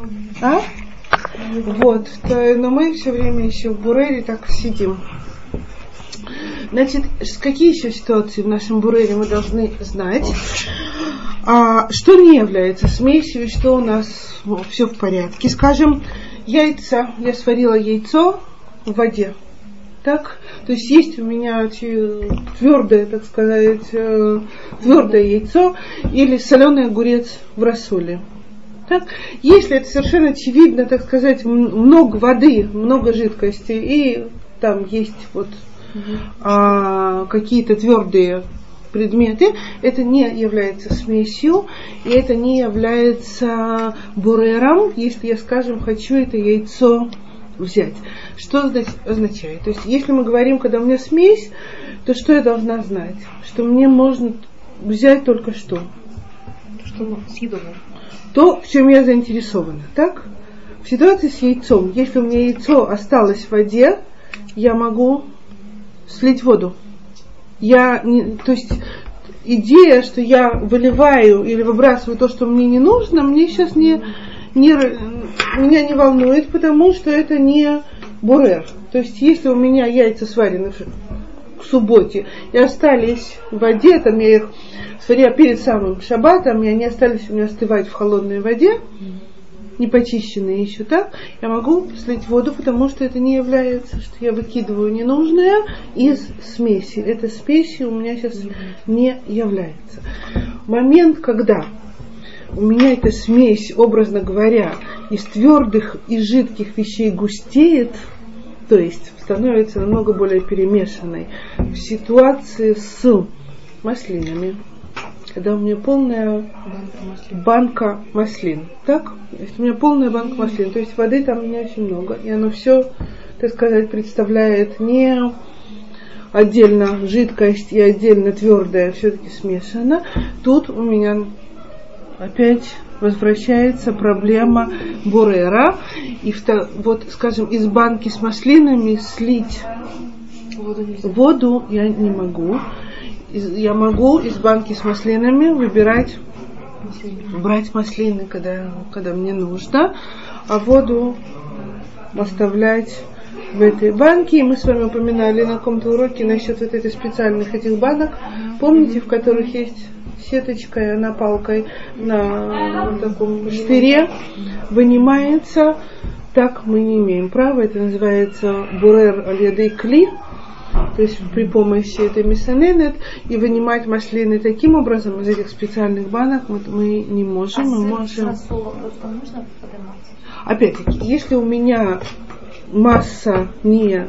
А? Вот, но мы все время еще в Бурере так сидим. Значит, какие еще ситуации в нашем Бурере мы должны знать? Что не является смесью, и что у нас все в порядке? Скажем, яйца, я сварила яйцо в воде. Так? То есть у меня твердое, так сказать, твердое яйцо или соленый огурец в рассоле. Так? Если это совершенно очевидно, так сказать, много воды, много жидкости, и там есть какие-то твердые предметы, это не является смесью, и это не является бурером, если я, скажем, хочу это яйцо взять. Что означает? То есть, если мы говорим, когда у меня смесь, то что я должна знать? Что мне можно взять только что? Что съедобное. То, в чем я заинтересована. Так? В ситуации с яйцом, если у меня яйцо осталось в воде, я могу слить воду. То есть идея, что я выливаю или выбрасываю то, что мне не нужно, мне сейчас меня не волнует, потому что это не бурер. То есть если у меня яйца сварены в субботе и остались в воде, там я их сварила перед самым шаббатом, и они остались у меня остывать в холодной воде, не почищенные еще, так, я могу слить воду, потому что это не является, что я выкидываю ненужное из смеси. Эта смесь у меня сейчас не является. Момент, когда у меня эта смесь, образно говоря, из твердых и жидких вещей густеет, то есть становится намного более перемешанной, в ситуации с маслинами, когда у меня полная банка маслин. Так? У меня полная банка маслин. То есть воды там у меня очень много. И оно все, так сказать, представляет не отдельно жидкость и отдельно твердое, все-таки смешано. Тут у меня опять возвращается проблема бурера. И скажем, из банки с маслинами слить воду я не могу. Я могу из банки с маслинами брать маслины, когда мне нужно, а воду оставлять в этой банке. И мы с вами упоминали на каком-то уроке насчет этих специальных этих банок. Помните, в которых есть сеточка, и она палкой на таком штыре вынимается. Так мы не имеем права. Это называется бурер аль-ядей кли. То есть при помощи этой мисаненет, и вынимать маслины таким образом из этих специальных банок мы не можем. Мы можем. Опять-таки, если у меня масса не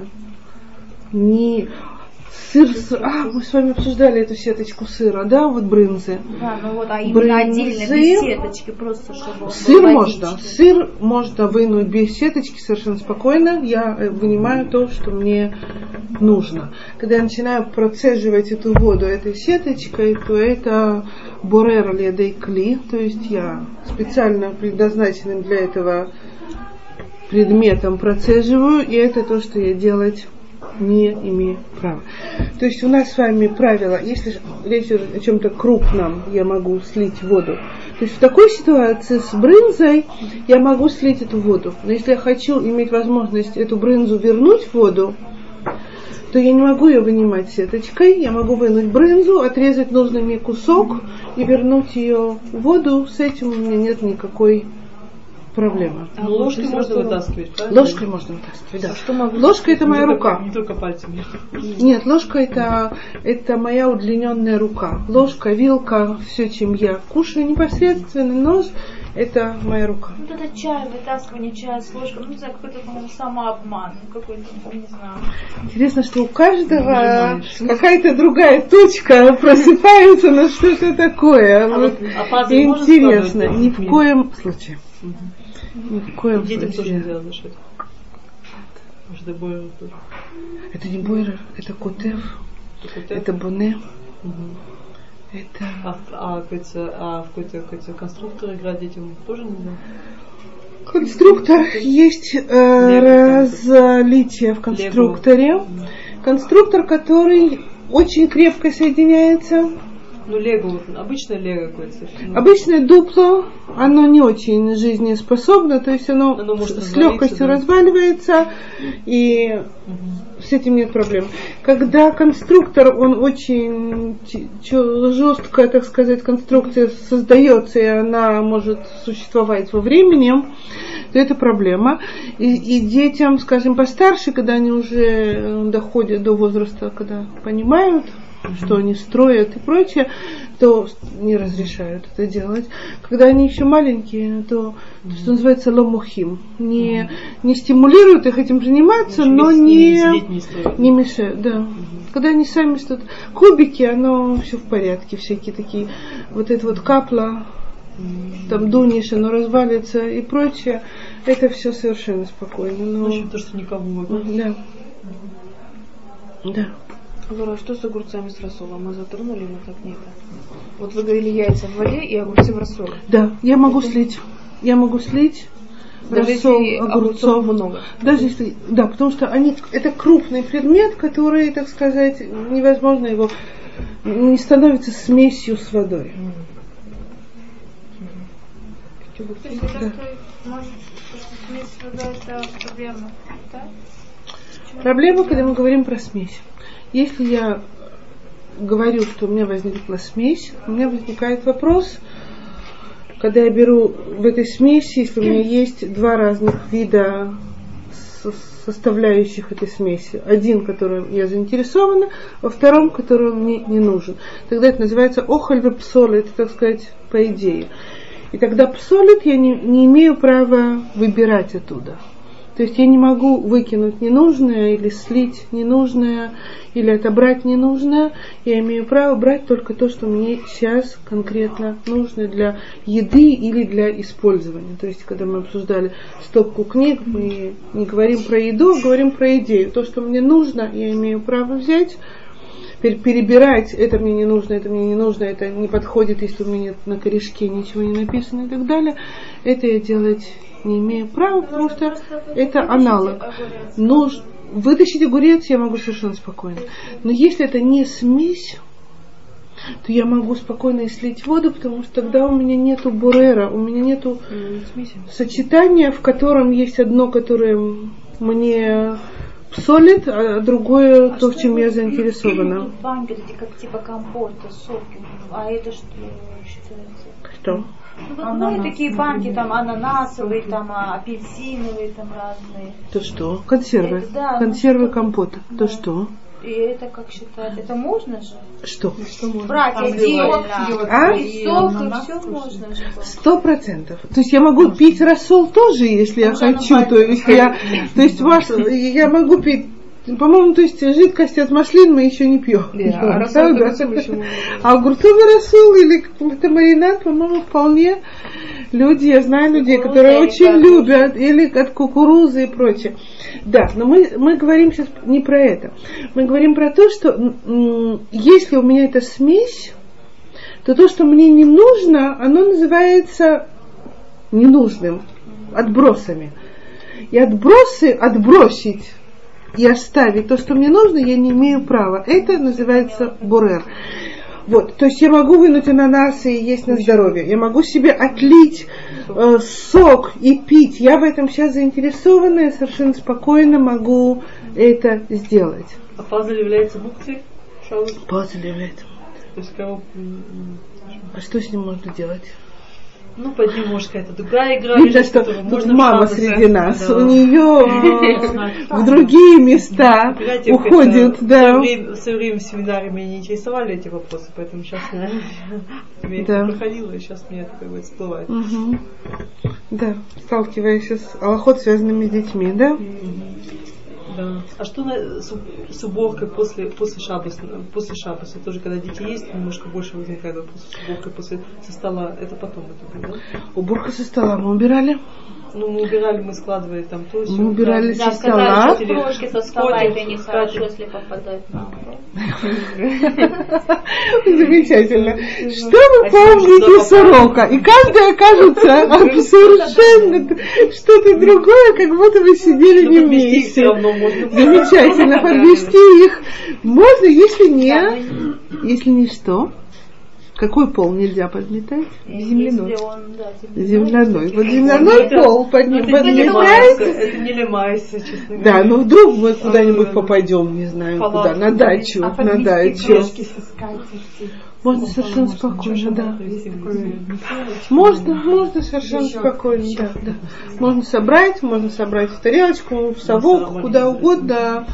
сыр, мы с вами обсуждали эту сеточку сыра, да, брынзы. Да, именно отдельно, без сеточки, просто чтобы Сыр можно вынуть без сеточки совершенно спокойно. Я вынимаю то, что мне нужно. Когда я начинаю процеживать эту воду этой сеточкой, то это борер аль-ядей кли, то есть я специально предназначенным для этого предметом процеживаю, и это то, что я делать не имею права. То есть у нас с вами правило, если речь идет о чем-то крупном, я могу слить воду. То есть в такой ситуации с брынзой я могу слить эту воду. Но если я хочу иметь возможность эту брынзу вернуть в воду, то я не могу ее вынимать сеточкой. Я могу вынуть брынзу, отрезать нужный мне кусок и вернуть ее в воду. С этим у меня нет никакой проблема. А ложкой можно вытаскивать, правильно? Ложкой можно вытаскивать, да. Ложка это моя рука. Не только пальцами. Нет, ложка это моя удлиненная рука. Ложка, вилка, все, чем я кушаю непосредственно, нож это моя рука. Это чай, вытаскивание чая с ложкой, какой-то самообман, какой-то, не знаю. Интересно, что у каждого какая-то другая точка просыпается на что-то такое. Интересно, ни в коем случае. Ни в коем случае. Детям тоже нельзя разрешать. Это не бойрер, это котев, это боне. Это... в какой-то конструктор играть детям тоже нельзя? Конструктор есть различия в конструкторе. Конструктор, который очень крепко соединяется, Ну, лего, вот, обычное лего какое-то. Обычное дупло, оно не очень жизнеспособно, то есть оно с легкостью разваливается, и с этим нет проблем. Когда конструктор, он очень жесткая, так сказать, конструкция создается, и она может существовать во времени, то это проблема. И детям, скажем, постарше, когда они уже доходят до возраста, когда понимают, что они строят и прочее, то не разрешают это делать. Когда они еще маленькие, то что называется ломухим. Не стимулируют их этим заниматься, но не мешают. Да. Когда они сами что-то... Кубики, оно все в порядке, всякие такие. Вот это вот капла, там дунешь, оно развалится и прочее. Это все совершенно спокойно. Но... В общем, то, что никому. Да. Да. Лора, что с огурцами с рассолом? Мы затронули, но так нет. Вот вы говорили яйца в воде и огурцы в рассоле. Да, я могу слить. Даже рассол если огурцов много. Даже если, да, потому что это крупный предмет, который, так сказать, невозможно его, не становится смесью с водой. То есть это, может, смесь с водой это проблема, да? Проблема, когда мы говорим про смесь. Если я говорю, что у меня возникла смесь, у меня возникает вопрос, когда я беру в этой смеси, если у меня есть два разных вида составляющих этой смеси. Один, которым я заинтересована, во втором, который мне не нужен. Тогда это называется охоль псолит, так сказать, по идее. И тогда псолит я не имею права выбирать оттуда. То есть я не могу выкинуть ненужное или слить ненужное, или отобрать ненужное. Я имею право брать только то, что мне сейчас конкретно нужно для еды или для использования. То есть, когда мы обсуждали стопку книг, мы не говорим про еду, а говорим про идею. То, что мне нужно, я имею право взять, перебирать, это мне не нужно, это мне не нужно, это не подходит, если у меня нет на корешке ничего не написано и так далее. Это я делать не имею права, потому что это аналог. Но вытащить огурец я могу совершенно спокойно. Но если это не смесь, то я могу спокойно и слить воду, потому что тогда у меня нету бурера, у меня нету сочетания, в котором есть одно, которое мне псолит, а другое то, в чем я заинтересована. Банки, эти как типа компота, соки, а это что считается? Что? Ну, такие банки, там ананасовые, там апельсиновые, там разные. То что? Консервы. Это, да, консервы компота. Да. То что? И это как считать? Это можно же? Что? Брать отдельно. И сок, и все можно же. 100%. То есть я могу пить рассол тоже, если я хочу. То есть я могу пить. По-моему, то есть жидкость от маслин мы еще не пьем. А огурцовый рассол или какой-то маринад, по-моему, вполне люди, я знаю людей, которые очень любят, или от кукурузы и прочее. Да, но мы говорим сейчас не про это. Мы говорим про то, что если у меня эта смесь, то то, что мне не нужно, оно называется ненужным, отбросами. И отбросы отбросить и оставить то, что мне нужно, я не имею права. Это называется бурер. Вот, то есть я могу вынуть ананасы и есть на здоровье. Я могу себе отлить сок и пить. Я в этом сейчас заинтересована, я совершенно спокойно могу это сделать. А пазл является мукцией? Пазл является. То есть кого... А что с ним можно делать? Ну, под ним может какая-то другая игра. Видно, что тут мама среди нас. Да. У нее в другие места уходит. В свое время в семинаре меня не интересовали эти вопросы, поэтому сейчас я это проходила, и сейчас мне это как-то всплывает. Да, сталкиваясь с алахот, связанными с детьми, да? Да. А что с уборкой после шаббаса? Тоже когда дети есть, немножко больше возникает вопрос с уборкой со стола. Это потом это будет, да? Уборка со стола мы убирали? Ну, мы убирали, мы складывали там то. Мы убирали со стола. Да, крошки со стола, это нехорошо, если попадать на пол. Замечательно. Что вы помните с урока? И каждая кажется совершенно что-то другое, как будто вы сидели не вместе. Замечательно. Подвести их можно, если не что? Какой пол нельзя подметать? Земляной. Земляной. Вот земляной пол подметается. Это не ломайся, честно говоря. Да, но вдруг мы куда-нибудь попадем, не знаю куда, на дачу, на дачу. Можно совершенно спокойно, да. Можно совершенно спокойно, да. Можно собрать в тарелочку, в совок, куда угодно.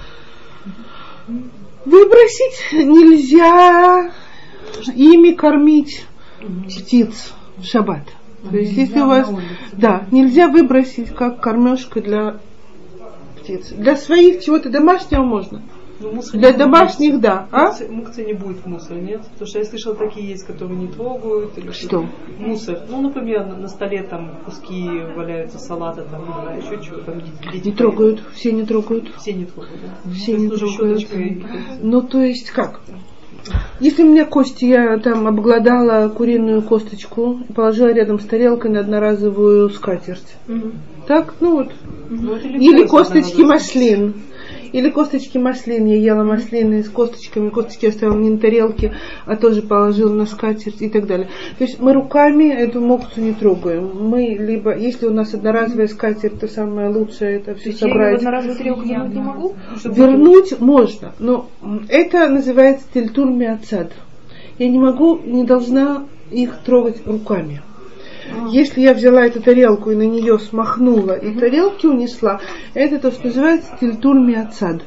Выбросить нельзя ими кормить птиц в шаббат. То есть, если у вас, да, нельзя выбросить как кормежка для птиц. Для своих чего-то домашнего можно. Для домашних, да. Мукция не будет в мусоре, нет? Потому что я слышала, такие есть, которые не трогают. Или что? Мусор. Ну, например, на столе там куски валяются салата, там, не знаю, еще чего там. Не трогают, все не трогают. Все не трогают, да? Все не трогают. Ну, то есть как? Если у меня кости, я там обглодала куриную косточку и положила рядом с тарелкой на одноразовую скатерть. Так, ну вот. Или косточки маслин. Или косточки маслин. Я ела маслины с косточками. Косточки оставила не на тарелке, а тоже положила на скатерть и так далее. То есть мы руками эту мукцию не трогаем. Мы либо, если у нас одноразовая скатерть, то самое лучшее это все собрать. Я одноразовую тарелку вернуть не могу? Вернуть можно, но это называется тильтуль миацад. Я не должна их трогать руками. Если я взяла эту тарелку и на нее смахнула, и тарелки унесла, это то, что называется тильтуль миацад.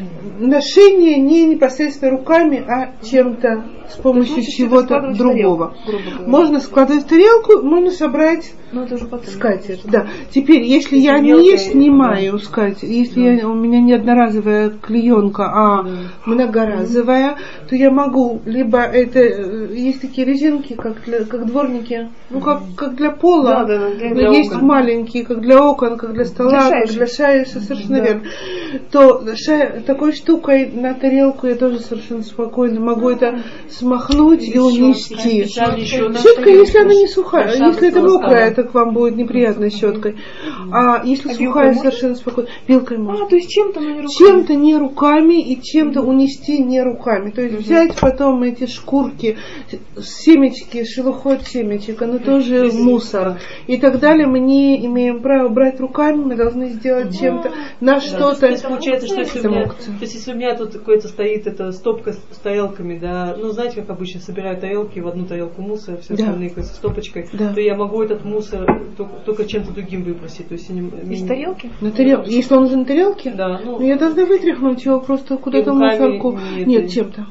Ношение не непосредственно руками, а чем-то с помощью чего-то другого. Можно складывать в тарелку, можно собрать скатерть. Да. Теперь, если я не снимаю скатерть, если у меня не одноразовая клеенка, а многоразовая, то я могу, либо это есть такие резинки, как дворники, ну как для пола, но есть окон. Маленькие, как для окон, как для стола, как для шаиша, совершенно верно. То такой штукой на тарелку я тоже совершенно спокойно могу это смахнуть и унести. Щетка, если она не сухая, если это мокрая, это к вам будет неприятной щеткой. А если сухая, совершенно спокойно. Вилкой можно. То есть чем-то не руками. Чем-то не руками и чем-то унести не руками. То есть взять потом эти шкурки, семечки, шелуху от семечек, оно тоже мусор. И так далее. Мы не имеем права брать руками, мы должны сделать чем-то на что-то. То есть получается, что если у меня тут какой-то стоит эта стопка с тарелками, да, ну знаете, как обычно собирают тарелки в одну тарелку мусора, все остальные с стопочкой, то я могу этот мусор только чем-то другим выбросить. То есть из тарелки? На тарелке. Если он уже на тарелке, да, я должна вытряхнуть его просто куда-то в мусорку. Нет, чем-то.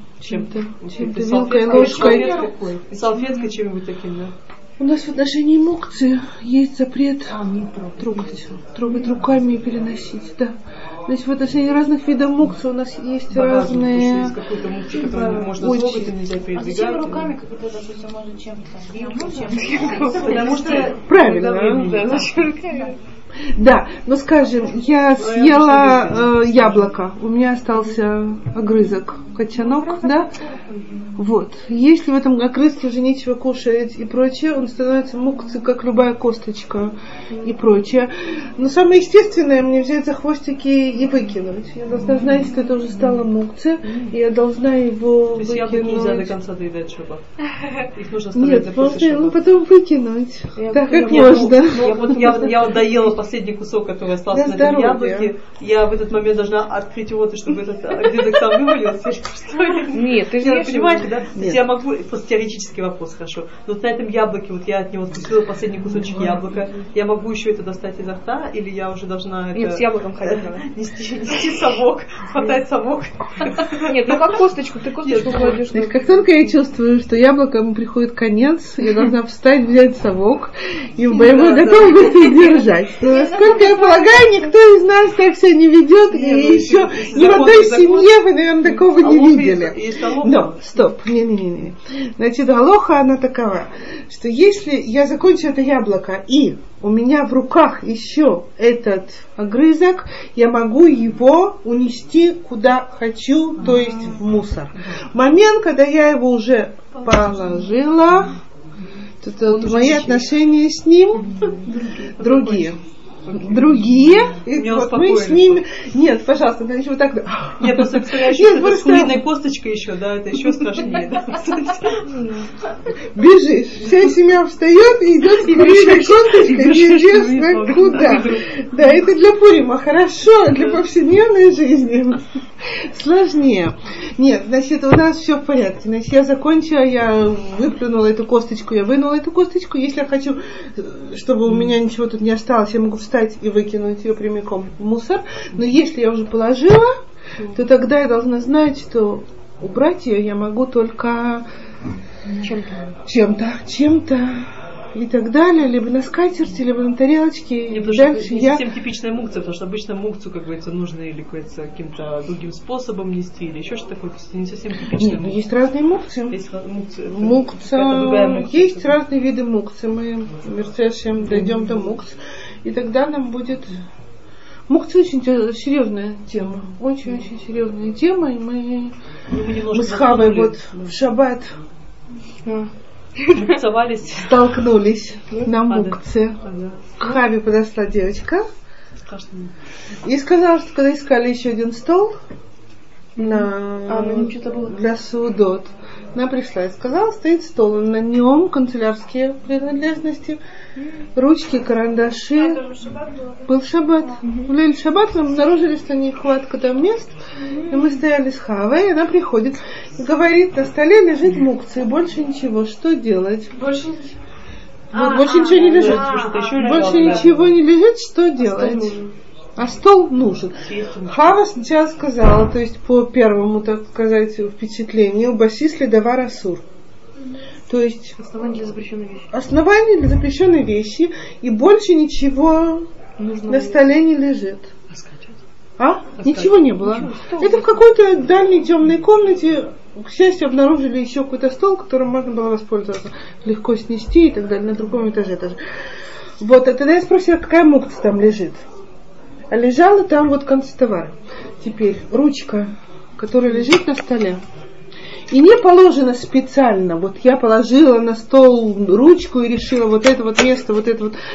Вилкой, ложкой. И салфеткой чем-нибудь таким, да? У нас в отношении мукции есть запрет трогать руками и переносить, да. Значит, в отношении разных видов мукции у нас есть разные... Есть какой-то мукции, который можно трогать и нельзя передвигать. А зачем руками, как это, допустим, можно чем-то? Потому что... Правильно. Да, но скажем, я съела яблоко, у меня остался огрызок, кочанок, да? Вот. Если в этом огрызке уже нечего кушать и прочее, он становится мукцей, как любая косточка и прочее. Но самое естественное мне взять за хвостики и выкинуть. Я должна знать, что это уже стало мукцей, и я должна его выкинуть. То есть яблоки нельзя до конца доедать шаббат? Их нужно оставлять после шаббата? Нет, потом выкинуть. Так как можно. Я вот доела последний кусок, который остался на этом яблоке. Я в этот момент должна открыть его, чтобы этот огрызок сам вывалился. Нет, ты же понимаешь, да? То есть я могу, просто теоретический вопрос, хорошо. Но вот на этом яблоке, вот я от него откусила последний кусочек яблока, я могу еще это достать изо рта, или я уже должна это... Нет, с яблоком ходить надо. Нести совок, хватать совок. Нет, ну как косточку, ты косточку кладешь. Как только я чувствую, что яблоком приходит конец, я должна встать, взять совок и в боевой готовности держать. Насколько я полагаю, никто из нас так себя не ведет, и еще ни в одной семье вы, наверное, такого не видели. Но, стоп, не. Значит, алоха, она такова, что если я закончу это яблоко, и у меня в руках еще этот огрызок, я могу его унести куда хочу, то есть в мусор. Момент, когда я его уже положила, вот мои отношения с ним другие. другие, и вот мы с ними... Нет, пожалуйста, значит, вот так... Я просто представляю, что это с куриной косточкой еще, да, это еще страшнее. Бежишь, вся семья встает и идет с куриной косточкой, неизвестно куда. Да, это для Пурима хорошо, для повседневной жизни сложнее. Нет, значит, у нас все в порядке. Значит, я закончила, я выплюнула эту косточку, я вынула эту косточку. Если я хочу, чтобы у меня ничего тут не осталось, я могу встать и выкинуть ее прямиком в мусор. Но если я уже положила, то тогда я должна знать, что убрать ее я могу только чем-то и так далее, либо на скатерти, либо на тарелочке. Не, потому дальше что это не совсем типичная мукция, потому что обычно мукцию, как говорится, нужно или каким-то другим способом нести, или еще что-то такое. Это не совсем типичная мукция. Есть разные мукции. Есть разные виды мукции. Мы в Мерцешем дойдем до мукц, и тогда нам будет... Мукция очень серьезная тема. Очень-очень серьезная тема, и мы с Хавой вот в шаббат столкнулись на мукце. К Хаве подошла девочка и сказала, что когда искали еще один стол для судот, она пришла и сказала, стоит стол, на нем канцелярские принадлежности, ручки, карандаши. Был шаббат. В Лейль шаббат мы обнаружили, что нехватка там мест, и мы стояли с Хавой, и она приходит и говорит, на столе лежит мукция, больше ничего, что делать? Больше ничего не лежит. Больше ничего не лежит, что делать? А стол нужен. Хава сначала сказала, то есть по первому, так сказать, впечатлению, басис ледавар асур. То есть основание для запрещенной вещи, и больше ничего на столе не лежит. Ничего не было. Это в какой-то дальней темной комнате, к счастью, обнаружили еще какой-то стол, которым можно было воспользоваться, легко снести и так далее, на другом этаже даже. Вот, а тогда я спросила, какая мукция там лежит. А лежала там вот концтовар. Теперь ручка, которая лежит на столе. И не положено специально. Вот я положила на стол ручку и решила вот это вот место, вот это вот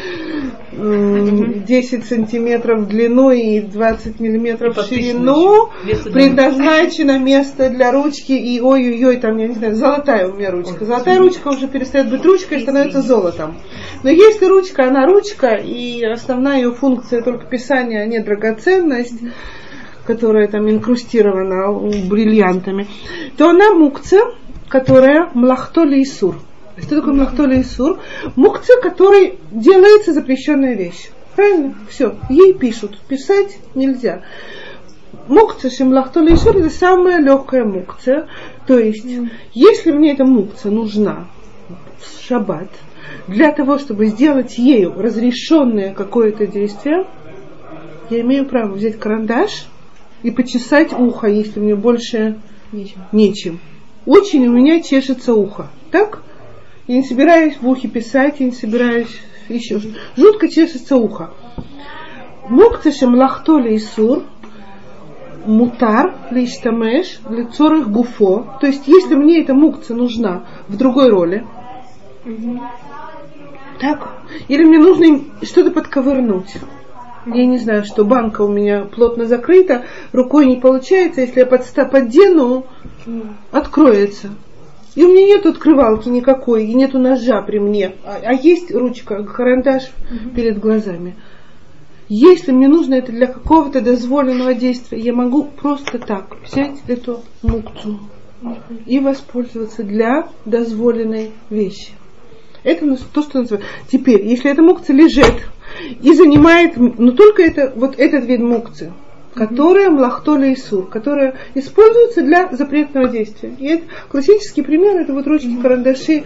10 сантиметров в длину и 20 миллиметров в ширину. Предназначено место для ручки. И ой-ой-ой, там, я не знаю, золотая у меня ручка. Золотая ручка уже перестает быть ручкой и становится золотом. Но если ручка, она ручка, и основная ее функция только писание, а не драгоценность, которая там инкрустирована бриллиантами, то она мукция, которая млахтоли исур. Что такое млахтоли исур? Мукция, которой делается запрещенная вещь. Правильно? Все. Ей пишут. Писать нельзя. Мукция шемлахтоли исур — это самая легкая мукция. То есть, если мне эта мукция нужна в шаббат, для того, чтобы сделать ею разрешенное какое-то действие, я имею право взять карандаш и почесать ухо, если мне больше нечем. Очень у меня чешется ухо. Так? Я не собираюсь в ухе писать, я не собираюсь еще. Жутко чешется ухо. Мукция шемлахтоли исур мутар лиштамеш лицорых гуфо. То есть, если мне эта мукция нужна в другой роли, так? Или мне нужно что-то подковырнуть. Я не знаю, что банка у меня плотно закрыта, рукой не получается, если я поддену, откроется. И у меня нет открывалки никакой, и нету ножа при мне, а есть ручка, карандаш перед глазами. Если мне нужно это для какого-то дозволенного действия, я могу просто так взять эту мукцию и воспользоваться для дозволенной вещи. Это то, что называется. Теперь, если эта мукция лежит и занимает, но только это, вот этот вид мукции, которая млахтоли исур, которая используется для запретного действия. И это классический пример, это вот ручки, карандаши.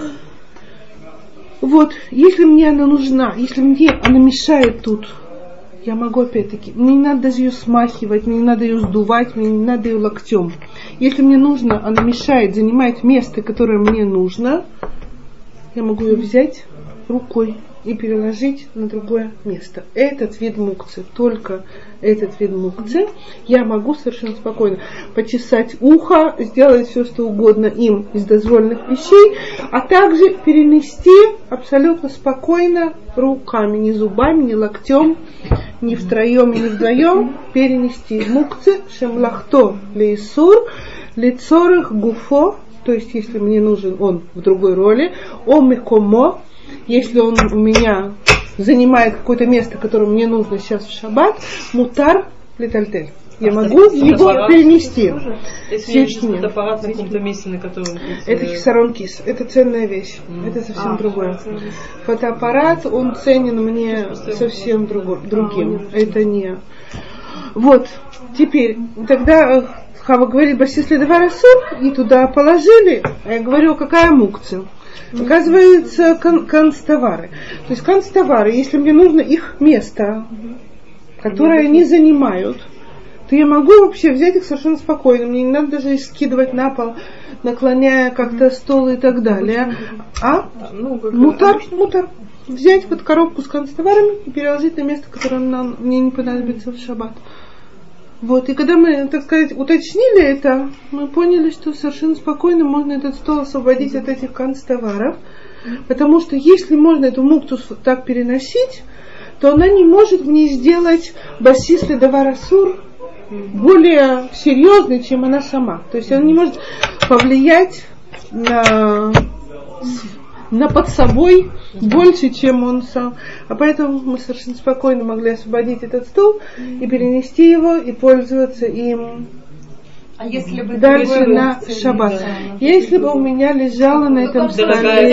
Вот, если мне она нужна, если мне она мешает тут, я могу опять-таки, мне не надо даже ее смахивать, мне не надо ее сдувать, мне не надо ее локтем. Если мне нужно, она мешает, занимает место, которое мне нужно, я могу ее взять рукой и переложить на другое место. Этот вид мукцы, только этот вид мукцы, я могу совершенно спокойно почесать ухо, сделать все, что угодно им из дозволенных вещей, а также перенести абсолютно спокойно руками, не зубами, не локтем, не втроем и не вдвоем, перенести мукцы шемлахто лейсур лицорых гуфо, то есть если мне нужен он в другой роли, омикомо, если он у меня занимает какое-то место, которое мне нужно сейчас в шаббат, мутар летальтель. Я могу его перенести. Если фотоаппарат на каком-то месте, на котором... Это хисарон кис, это ценная вещь, это совсем другое. Фотоаппарат, он ценен мне совсем другим, это не... Вот, теперь, тогда Хава говорит, басисли давар асур, и туда положили, а я говорю, какая мукция? Оказывается, канцтовары. То есть канцтовары, если мне нужно их место, которое они занимают, то я могу вообще взять их совершенно спокойно. Мне не надо даже их скидывать на пол, наклоняя как-то стол и так далее. А мутар. Взять вот коробку с канцтоварами и переложить на место, которое мне не понадобится в шаббат. Вот, и когда мы, так сказать, уточнили это, мы поняли, что совершенно спокойно можно этот стол освободить от этих канцтоваров, потому что если можно эту мукцу так переносить, то она не может в ней сделать басис ледавар асур более серьезный, чем она сама. То есть она не может повлиять на под собой больше, чем он сам. А поэтому мы совершенно спокойно могли освободить этот стол и перенести его, и пользоваться им дальше на шаббат. Если бы у меня лежало на этом столе...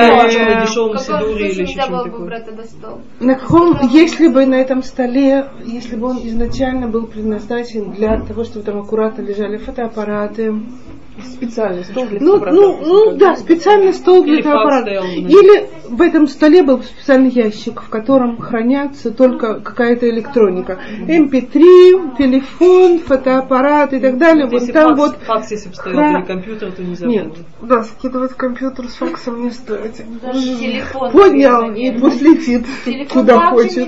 На каком, если бы на этом столе, если бы он изначально был предназначен для того, чтобы там аккуратно лежали фотоаппараты, специальный стол для фотоаппарата. Да, специальный стол для фотоаппарата. Или в этом столе был специальный ящик, в котором хранятся только какая-то электроника. MP3, телефон, фотоаппарат и так далее. Вот если там факс, факс, если бы стоял, или компьютер, то не забыл. Нет, да, скидывать компьютер с факсом не стоит. Телефон. Поднял и пусть летит куда хочет.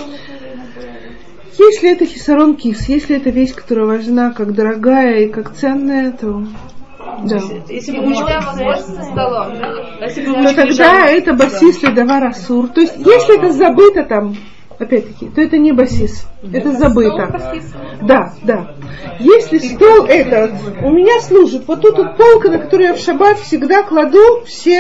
Если это хисарон кис, если это вещь, которая важна, как дорогая и как ценная, то да. Если бы со столом, то тогда это басис ледавар асур. То есть, если это забыто там, опять-таки, то это не басис, это забыто. Да. Если стол этот у меня служит, вот тут полка, на которую я в шаббат всегда кладу всю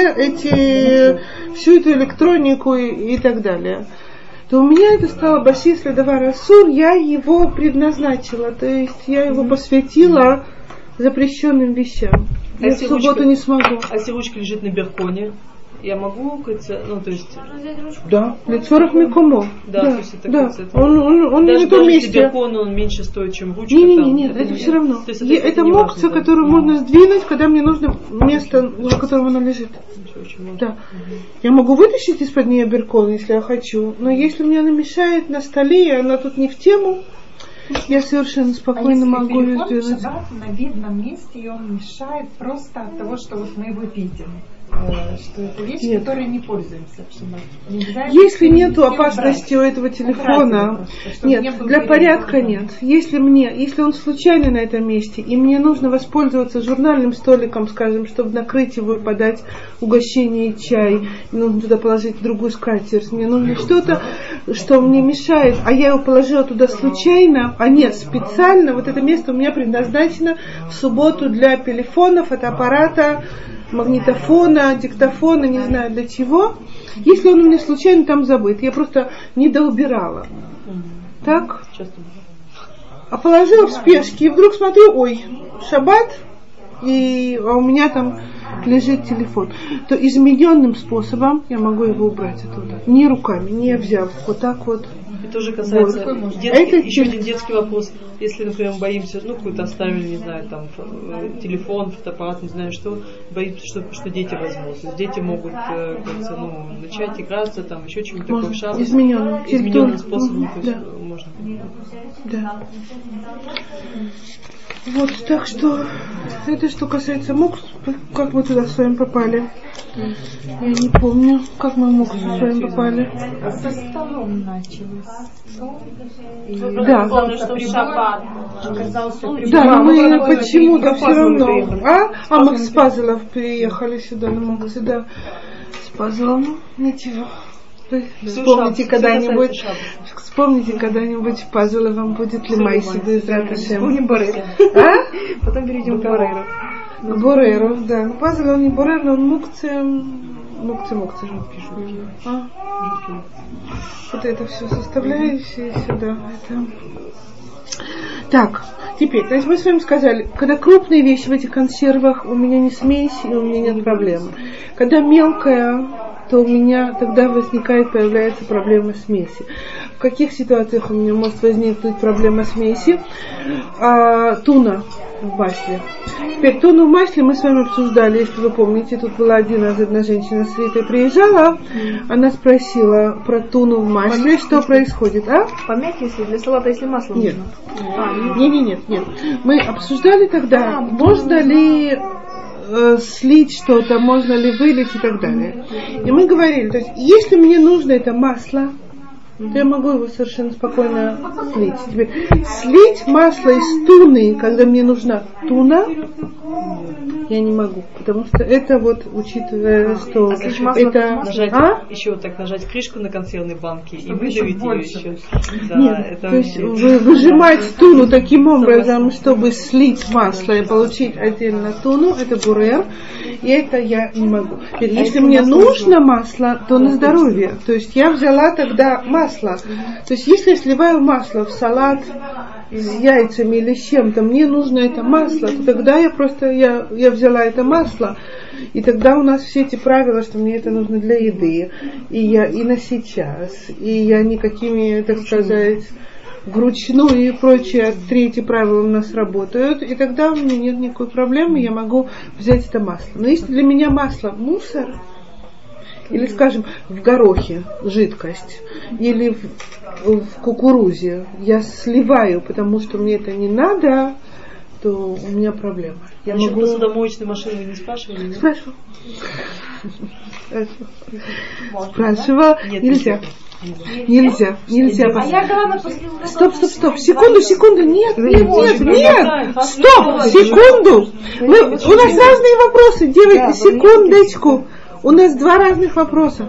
эту электронику и так далее, то у меня это стало басис ледавар асур, я его предназначила, то есть я его посвятила запрещенным вещам. Я в субботу не смогу. А если ручка лежит на берконе, я могу, ну, то есть... Да, лицорах микомо. Да, то есть это... Он даже не в том месте. Если беркон, он меньше стоит, чем ручка. Нет, это все равно. Это мокса, которую можно сдвинуть, когда мне нужно место, на котором она лежит. Да. Я могу вытащить из-под нее беркон, если я хочу, но если мне она мешает на столе, и она тут не в тему, я совершенно спокойно могу ее сделать. На видном месте, и он мешает просто от того, что вот мы его видим. Что это вещь, которой не пользуемся. Если нет опасности у этого телефона, нет, для порядка нет. Если он случайно на этом месте, и мне нужно воспользоваться журнальным столиком, скажем, чтобы накрыть его и подать угощение и чай, и нужно туда положить другую скатерть, мне нужно что-то, что мне мешает, а я его положила туда случайно, а нет, специально, вот это место у меня предназначено в субботу для телефона, фотоаппарата, магнитофона, диктофона, не знаю для чего. Если он у меня случайно там забыт, я просто не доубирала. Так? А положила в спешке, и вдруг смотрю, ой, шаббат, а у меня там лежит телефон. То измененным способом я могу его убрать оттуда. Не руками, не взяв, вот так вот. Это уже касается еще один детский вопрос. Если, например, мы боимся, какой-то оставили, не знаю, там телефон, фотоаппарат, не знаю что, боимся, что дети возьмут. То есть дети могут начать играться, там еще чем-то такое в шаббат. Измененным способом. Да. можно. Да. Вот, так что это что касается мукс, как мы туда с вами попали. Я не помню, как мы в мукс с вами попали. Со столом началось. Да. Да, мы почему-то все равно. Мы с пазлов приехали сюда на муксы, да. С пазлом, ничего. Вспомните когда-нибудь пазлы вам будет ли майси без раташем. Вспомним Борейру. Потом перейдем к Борейру. К Борейру, да. Пазл он не Борейр, но он мукцы. Вот это все составляющее сюда. Это... Так, теперь, значит, мы с вами сказали, когда крупные вещи в этих консервах, у меня не смесь, и у меня нет проблем. Когда мелкая, то у меня тогда появляется проблема смеси. В каких ситуациях у меня может возникнуть проблема смеси? Туна в масле. Теперь туну в масле мы с вами обсуждали, если вы помните, тут была одна женщина с Ритой приезжала, она спросила про туну в масле, что происходит, Помять, если для салата, если масло нет. нужно? Нет. Мы обсуждали тогда, можно ли слить что-то, можно ли вылить и так далее. И мы говорили, то есть, если мне нужно это масло, то я могу его совершенно спокойно слить. Теперь, слить масло из туны, когда мне нужна туна, я не могу, потому что это вот, учитывая, что это... Еще вот так нажать крышку на консервной банке и выдавить ее еще. Да, нет, это то есть выжимать туну таким образом, чтобы слить масло и получить отдельно туну, это бурер, и это я не могу. Теперь, если мне нужно масло, то на здоровье. То есть я взяла тогда масло. То есть если я сливаю масло в салат с яйцами или с чем-то, мне нужно это масло, то тогда я взяла это масло, и тогда у нас все эти правила, что мне это нужно для еды, и на сейчас, и я никакими, так сказать, вручную и прочее, третьи правила у нас работают, и тогда у меня нет никакой проблемы, я могу взять это масло. Но если для меня масло мусор, или, скажем, в горохе жидкость, или в кукурузе я сливаю, потому что мне это не надо, то у меня проблема. Я могу... посудомоечной машины не спрашивали? Спрашивала. Нельзя. Стоп. Секунду. Нет. Стоп, секунду. У нас разные вопросы. Девочки, секундочку. У нас два разных вопроса.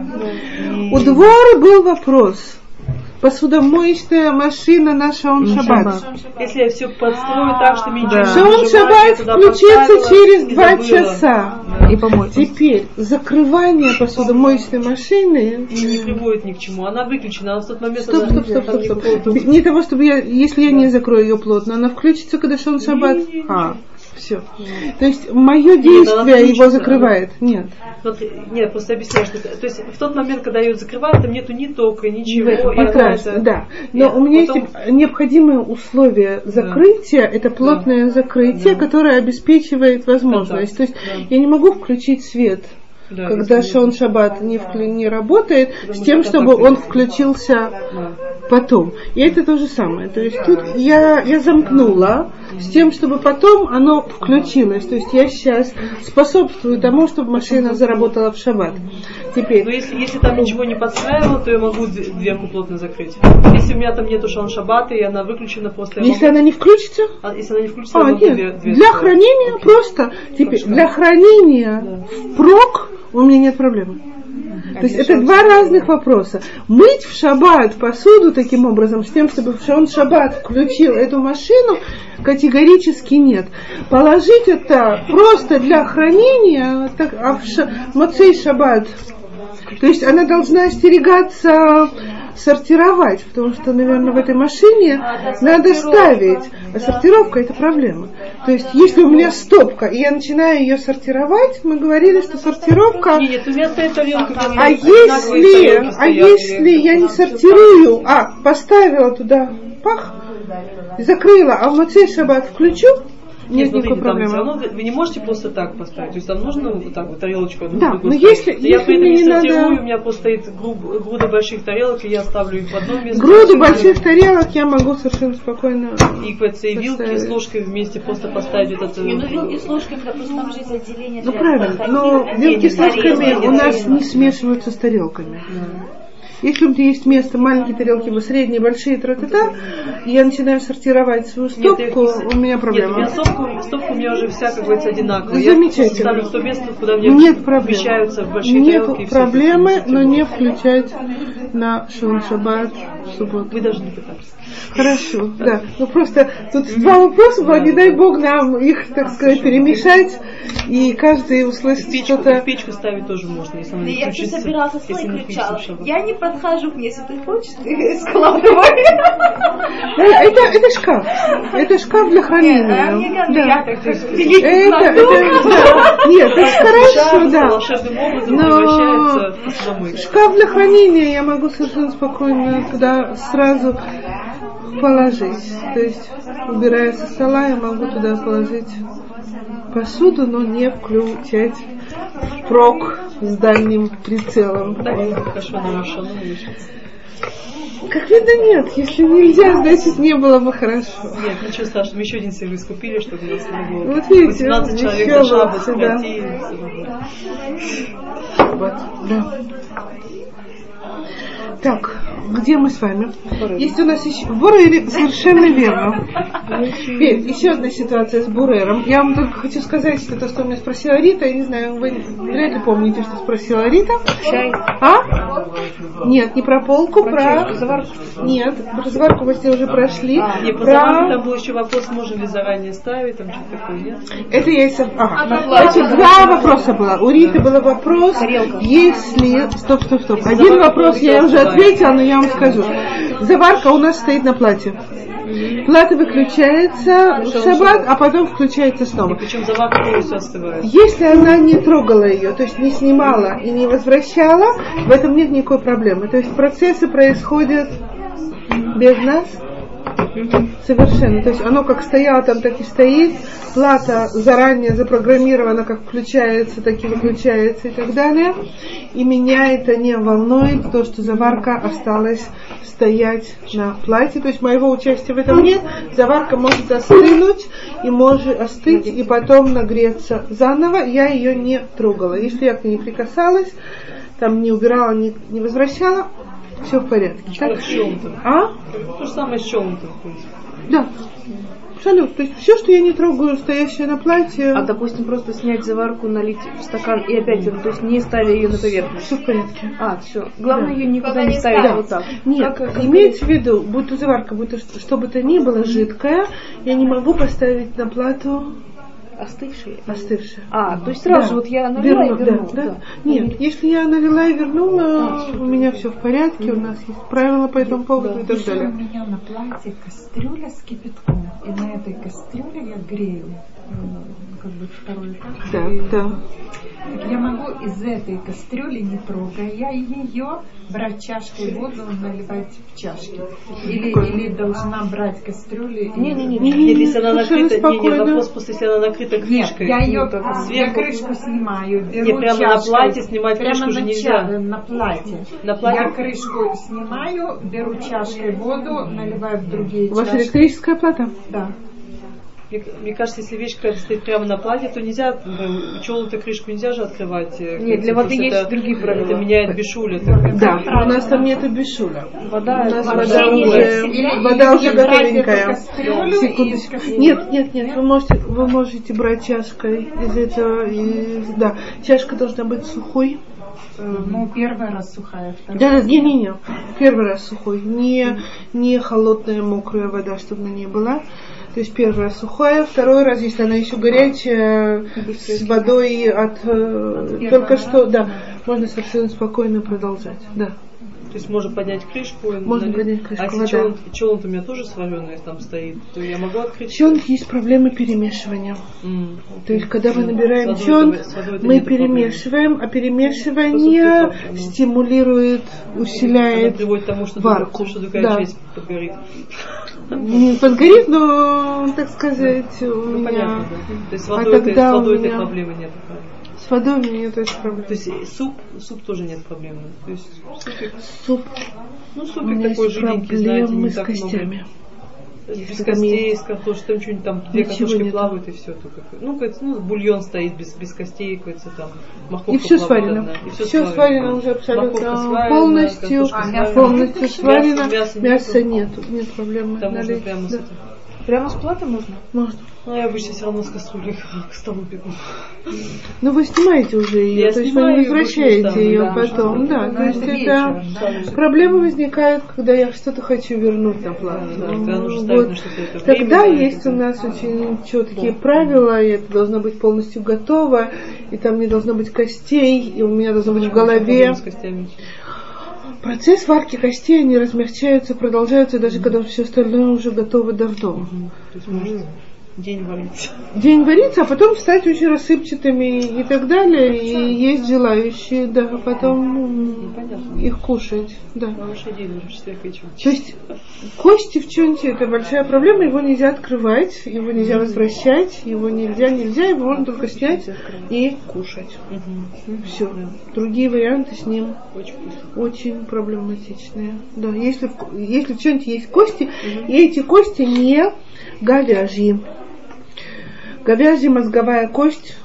У Дворы был вопрос. Посудомоечная машина на Шаон Шаббат. Если я все подстрою так, что мне ничего Шаон Шаббат включится через 2 часа. И помочь. Теперь закрывание посудомоечной машины не приводит ни к чему. Она выключена, она в тот момент... Стоп. Не того, чтобы если я не закрою ее плотно, она включится, когда Шаон Шаббат. Все. То есть мое действие его закрывает. Нет. Нет, просто объясняю, что то есть в тот момент, когда ее закрывают, там нету ни тока, ничего. Прекрасно, да. Но у меня есть необходимые условия закрытия, это плотное закрытие, которое обеспечивает возможность. То есть я не могу включить свет, когда Шаон Шаббат не работает, с тем, чтобы он включился потом. И это то же самое. То есть тут я замкнула с тем, чтобы потом оно включилось. То есть я сейчас способствую тому, чтобы машина заработала в шаббат. Теперь. Но если там ничего не подстраивала, то я могу дверку плотно закрыть. Если у меня там нету Шаон Шаббата, и она выключена просто... Если она не включится? Если она не включится, я могу нет. Для хранения просто. Теперь, для хранения впрок у меня нет проблемы. То есть это два разных вопроса. Мыть в шаббат посуду таким образом, с тем, чтобы Шаон Шаббат включил эту машину, категорически нет. Положить это просто для хранения, в Моцей Шаббат. То есть она должна остерегаться сортировать, потому что, наверное, в этой машине надо ставить. А сортировка – это проблема. То есть, если у меня стопка, и я начинаю ее сортировать, мы говорили, что сортировка... Нет, у меня стоит тарелка. А если я не сортирую, поставила туда, закрыла, а в Моцей Шаббат включу, Нет смотрите, никакой проблемы. Все равно вы не можете просто так поставить. То есть там нужно вот так вот тарелочку одну. Да, но если я при этом мне не надо... сортирую, у меня просто стоит груда больших тарелок, и я ставлю их в одно место. Груду больших тарелок я могу совершенно спокойно... И ПЦ, и вилки с ложкой вместе просто поставить этот... вилки с ложками, просто там же есть отделение. Ну правильно, но вилки с ложками у нас не смешиваются с тарелками. Если у меня есть место, маленькие тарелки, средние, большие, тра-та-та, и я начинаю сортировать свою стопку, у меня проблема. Нет, у меня стопка у меня уже вся, как говорится, одинаковая. Замечательно. Я ставлю в то место, куда мне помещаются большие тарелки. Нет проблемы, но не включать на шаббат в субботу. Вы даже не пытались. Хорошо, да. Ну просто тут два вопроса, не дай бог нам их, так сказать, перемешать, и каждый услышит что-то. В печку ставить тоже можно, если она не Я включится. все собирался свой не включала. включится. Я не подхожу к ней, если ты хочешь, ты складывай. Это шкаф. Это шкаф для хранения. Нет, это хорошо, да. Волшебным образом превращается в посудомойку. Шкаф для хранения я могу совершенно спокойно туда сразу положить. То есть, убирая со стола, я могу туда положить посуду, но не включать прок с дальним прицелом. Как видно, нет. Если нельзя, значит, не было бы хорошо. Нет, ничего страшного. Мы еще один сервис купили, чтобы у нас не было. Вот видите, 18 человек за шаббат пройти. Вот, да. Так, где мы с вами? Есть у нас еще бурер, совершенно верно. Теперь еще одна ситуация с бурером. Я вам только хочу сказать, что то, что меня спросила Рита, я не знаю, вы вряд ли помните, что спросила Рита. Чай. А? Нет, не про полку, про заварку. Нет, про заварку мы с ней уже прошли. Нет, про заварку там был еще вопрос, можем ли заранее ставить, там что-то такое, нет? Это я и сам... Значит, два вопроса было. У Риты был вопрос, если... Стоп. Один вопрос я уже ответила, но я вам скажу. Заварка у нас стоит на плате. Плата выключается в шаббат, а потом включается снова. Причем заварка полностью остывает. Если она не трогала ее, то есть не снимала и не возвращала, в этом нет никакой проблемы. То есть процессы происходят без нас. Совершенно. То есть оно как стояло там, так и стоит. Плата заранее запрограммирована, как включается, так и выключается и так далее. И меня это не волнует, то, что заварка осталась стоять на плате. То есть моего участия в этом нет. Заварка может остынуть и может остыть и потом нагреться заново. Я ее не трогала. Если я к ней не прикасалась, там не убирала, не возвращала, все в порядке. Так? С челнтом. А? То же самое с челнтом, в принципе. Да. Абсолютно. То есть все, что я не трогаю, стоящее на платье. А допустим, просто снять заварку, налить в стакан и опять, то есть не ставя ее на поверхность. Все в порядке. Все. Главное, да. ее никуда не ставить, да. Вот так. Нет, имеется в виду, будь то заварка, будь то что бы то ни было жидкое, я не могу поставить на плату остывшие. То есть сразу же вот я налила и вернула. Да. Нет, если я налила и вернула, у меня все в порядке, у нас есть правила по этому поводу и так далее. У меня на платье кастрюля с кипятком, и на этой кастрюле я грею как бы второй этап. Да. Так я могу из этой кастрюли, не трогая ее, брать чашкой воду, наливать в чашки. Или должна брать кастрюлю. Не, если она накрыта, вопрос просто, если она накрыта крышкой. Нет, я крышку снимаю, беру прямо чашкой. на платье снимать крышку уже нельзя. На платье. Я крышку снимаю, беру чашкой воду, наливаю в другие чашки. У вас электрическая плата? Да. Мне кажется, если вещь какая-то стоит прямо на платье, то нельзя, челнутую крышку нельзя же открывать. Нет, для воды есть другие правила. Это меняет бешуля. Да, у нас там нету бешуля. Вода уже готовенькая. Секундочку. Нет, вы можете брать чашкой из этого. Да, чашка должна быть сухой. Первый раз сухая, второй раз. Не. Первый раз сухой. Не холодная, мокрая вода, чтобы на ней была. То есть первый раз сухая, второй раз, если она еще горячая, с водой от только что, да, можно совершенно спокойно продолжать, да. То есть можно поднять крышку. Можно поднять крышку, а если челнт у меня тоже сваренный там стоит, то я могу открыть? Челнт есть проблемы перемешивания. То есть когда мы набираем челнт, мы перемешиваем, а перемешивание стимулирует, усиляет приводит к тому, что варку. Что другая часть подгорит. не подгорит, но, так сказать, у меня... Понятно, да. То есть с водой этой проблемы нет. С водой у меня нет этой проблемы. То есть суп тоже нет проблемы. То есть суп. Ну, супик такой жиденький, знаете, не так костями. много. Без костей, с картошкой, там что-нибудь там, две картошки плавают и все. Бульон стоит без костей, там, морковка и все плавает. сварено. Да, и все сварено уже абсолютно полностью сварено. Мяса нету, нет проблем. Там можно прямо с этим. Прямо с платы можно? Можно. Ну, я обычно все равно с кастрюлей к столу бегу. Ну, вы снимаете уже ее, то есть вы не возвращаете ее потом. Да, то есть это проблема возникает, когда я что-то хочу вернуть на плату. Тогда есть у нас очень четкие правила, и это должно быть полностью готово, и там не должно быть костей, и у меня должно быть в голове. Процесс варки костей, они размягчаются, продолжаются, даже когда все остальное уже готово давно. То есть может день вариться. День вариться, а потом стать очень рассыпчатыми и так далее. И есть желающие, да, потом их кушать. Да. То есть кости в чонте это большая проблема, его нельзя открывать, его нельзя возвращать, его нельзя, его можно только снять и кушать. Все. Другие варианты с ним очень проблематичные. Да, если в чонте есть кости, и эти кости не говяжьи. Говяжья мозговая кость,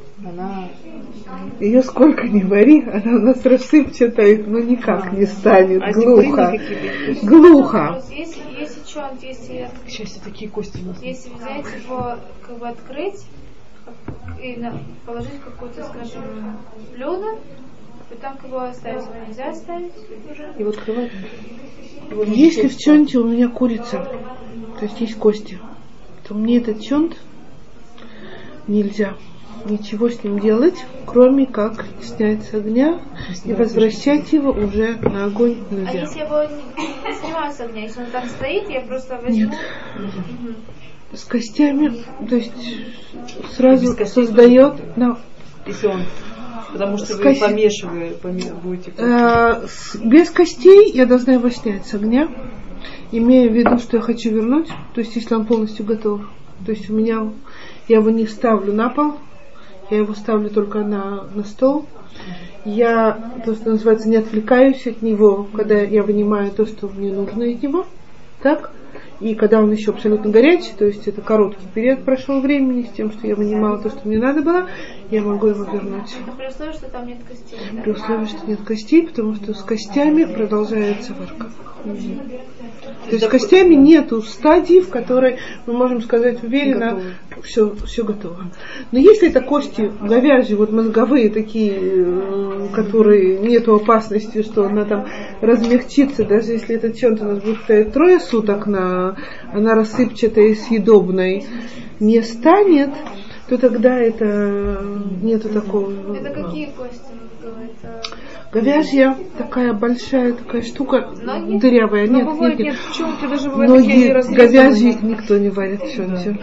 ее сколько ни вари, она у нас рассыпчатая, но никак не станет. Глухо. Если чонт, сейчас такие кости у нас. Если взять его, открыть и положить какую-то, скажем, блюдо, и так его оставить, нельзя оставить уже. Его открывать. Если в чонте у меня курица, то есть кости, то мне этот чонт нельзя ничего с ним делать, кроме как снять с огня и возвращать его уже на огонь нельзя. А если я его не снимаю с огня, если он там стоит, я просто возьму? Нет. С костями, то есть сразу создает... Если он... Потому что вы помешиваете будете... без костей я должна его снять с огня, имея в виду, что я хочу вернуть, то есть если он полностью готов. То есть я его не ставлю на пол, я его ставлю только на стол. Я, то, что называется, не отвлекаюсь от него, когда я вынимаю то, что мне нужно из него. Так? И когда он еще абсолютно горячий, то есть это короткий период прошел времени с тем, что я вынимала то, что мне надо было, я могу его вернуть. При условии, что там нет костей. Да? При условии, что нет костей, потому что с костями продолжается варка. То есть с костями нету стадии, в которой мы можем сказать уверенно, все готово. Но если это кости говяжьи, мозговые такие, которые нету опасности, что она там размягчится, даже если этот чонт у нас будет стоять 3 суток, она рассыпчатой и съедобной не станет, то тогда это нету такого. Это какие кости вы говорите? Говяжья такая большая такая штука, дырявая. Нет. Ноги говяжьи никто не варит в чонте.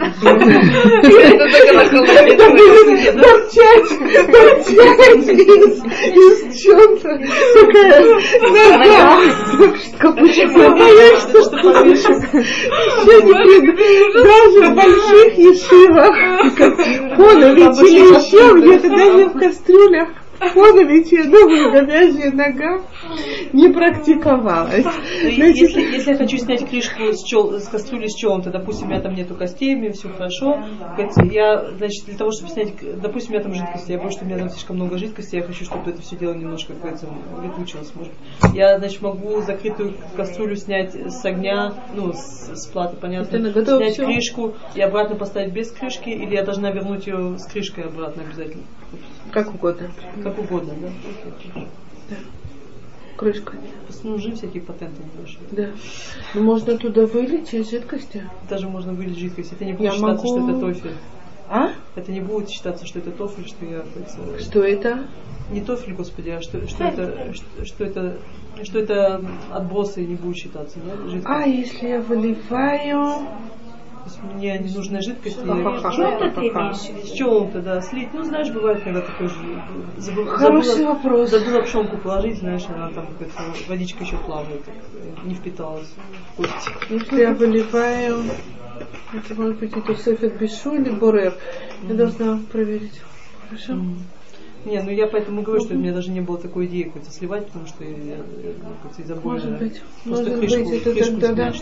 Торчать из чонта. Такая нога. Даже в больших ешивах, Поновичи или еще где-то даже в кастрюлях. Поновичи, я думаю, говяжья нога не практиковалась. Если я хочу снять крышку с кастрюли с чем-то, допустим, у меня там нету костей, мне все хорошо, я, значит, для того, чтобы снять, допустим, у меня там жидкости, я боюсь, что у меня там слишком много жидкости, я хочу, чтобы это все дело немножко, летучилось, может быть. Я, значит, могу закрытую кастрюлю снять с огня, с платы, понятно, снять крышку и обратно поставить без крышки, или я должна вернуть ее с крышкой обратно обязательно? Как угодно. Как угодно, да? Да. Крышка. Нужны всякие патенты небольшие. Да. Но можно туда вылить из жидкости. Даже можно вылить жидкость. Это не будет считаться, что это тофель. А? Это не будет считаться, что это тофель, что я... Что это? Не тофель, Господи, а что это отбросы не будет считаться, да? Жидкость. А если я выливаю Мне не нужна жидкость. С чем-то, да, слить. Ну, знаешь, бывает, когда такой же... Хороший вопрос. Забыла пшенку положить, знаешь, она там какая-то водичка еще плавает, не впиталась в кости. Если я выливаю, это может быть и тосефет бишу или борер, я должна проверить. Хорошо? Не, ну я поэтому говорю, что у меня даже не было такой идеи какой-то сливать, потому что я забыла. Может быть, крышку тогда.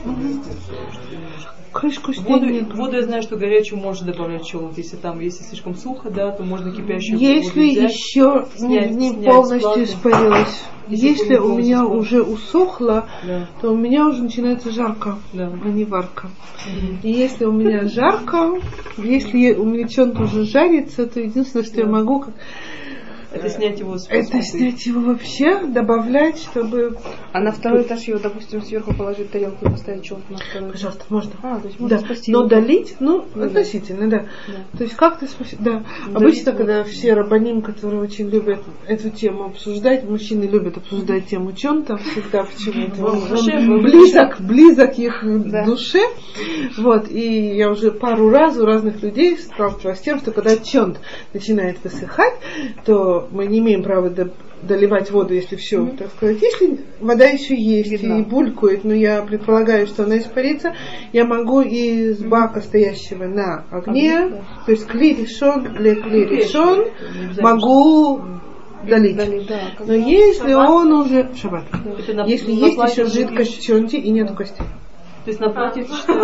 Крышку снять. Воду я знаю, что горячую можно добавлять щелок. Если слишком сухо, да, то можно кипящую воду если взять, еще не полностью испарилось. Если у меня уже усохло, то у меня уже начинается жарко, а не варка. И если у меня жарко, если у меня что-то уже жарится, то единственное, что я могу, это снять его с это снять его вообще, добавлять, чтобы... А на второй этаж его, допустим, сверху положить тарелку и поставить что-то на второй этаж? Пожалуйста, можно. То есть можно спасти. Но долить, относительно, да. То есть как-то спасти, да. Обычно, когда все рабаним, которые очень любят эту тему обсуждать, мужчины любят обсуждать тему чонта, всегда почему-то он близок их душе. Вот, и я уже пару раз у разных людей сталкивалась с тем, что когда чонт начинает высыхать, то мы не имеем права доливать воду, если все, так сказать. Если вода еще есть и булькает, но я предполагаю, что она испарится, я могу из бака, стоящего на огне, то есть кли решон, могу долить. Но если он уже... Шаббат. Если есть еще жидкость в чонте и нету костей. То есть напротив,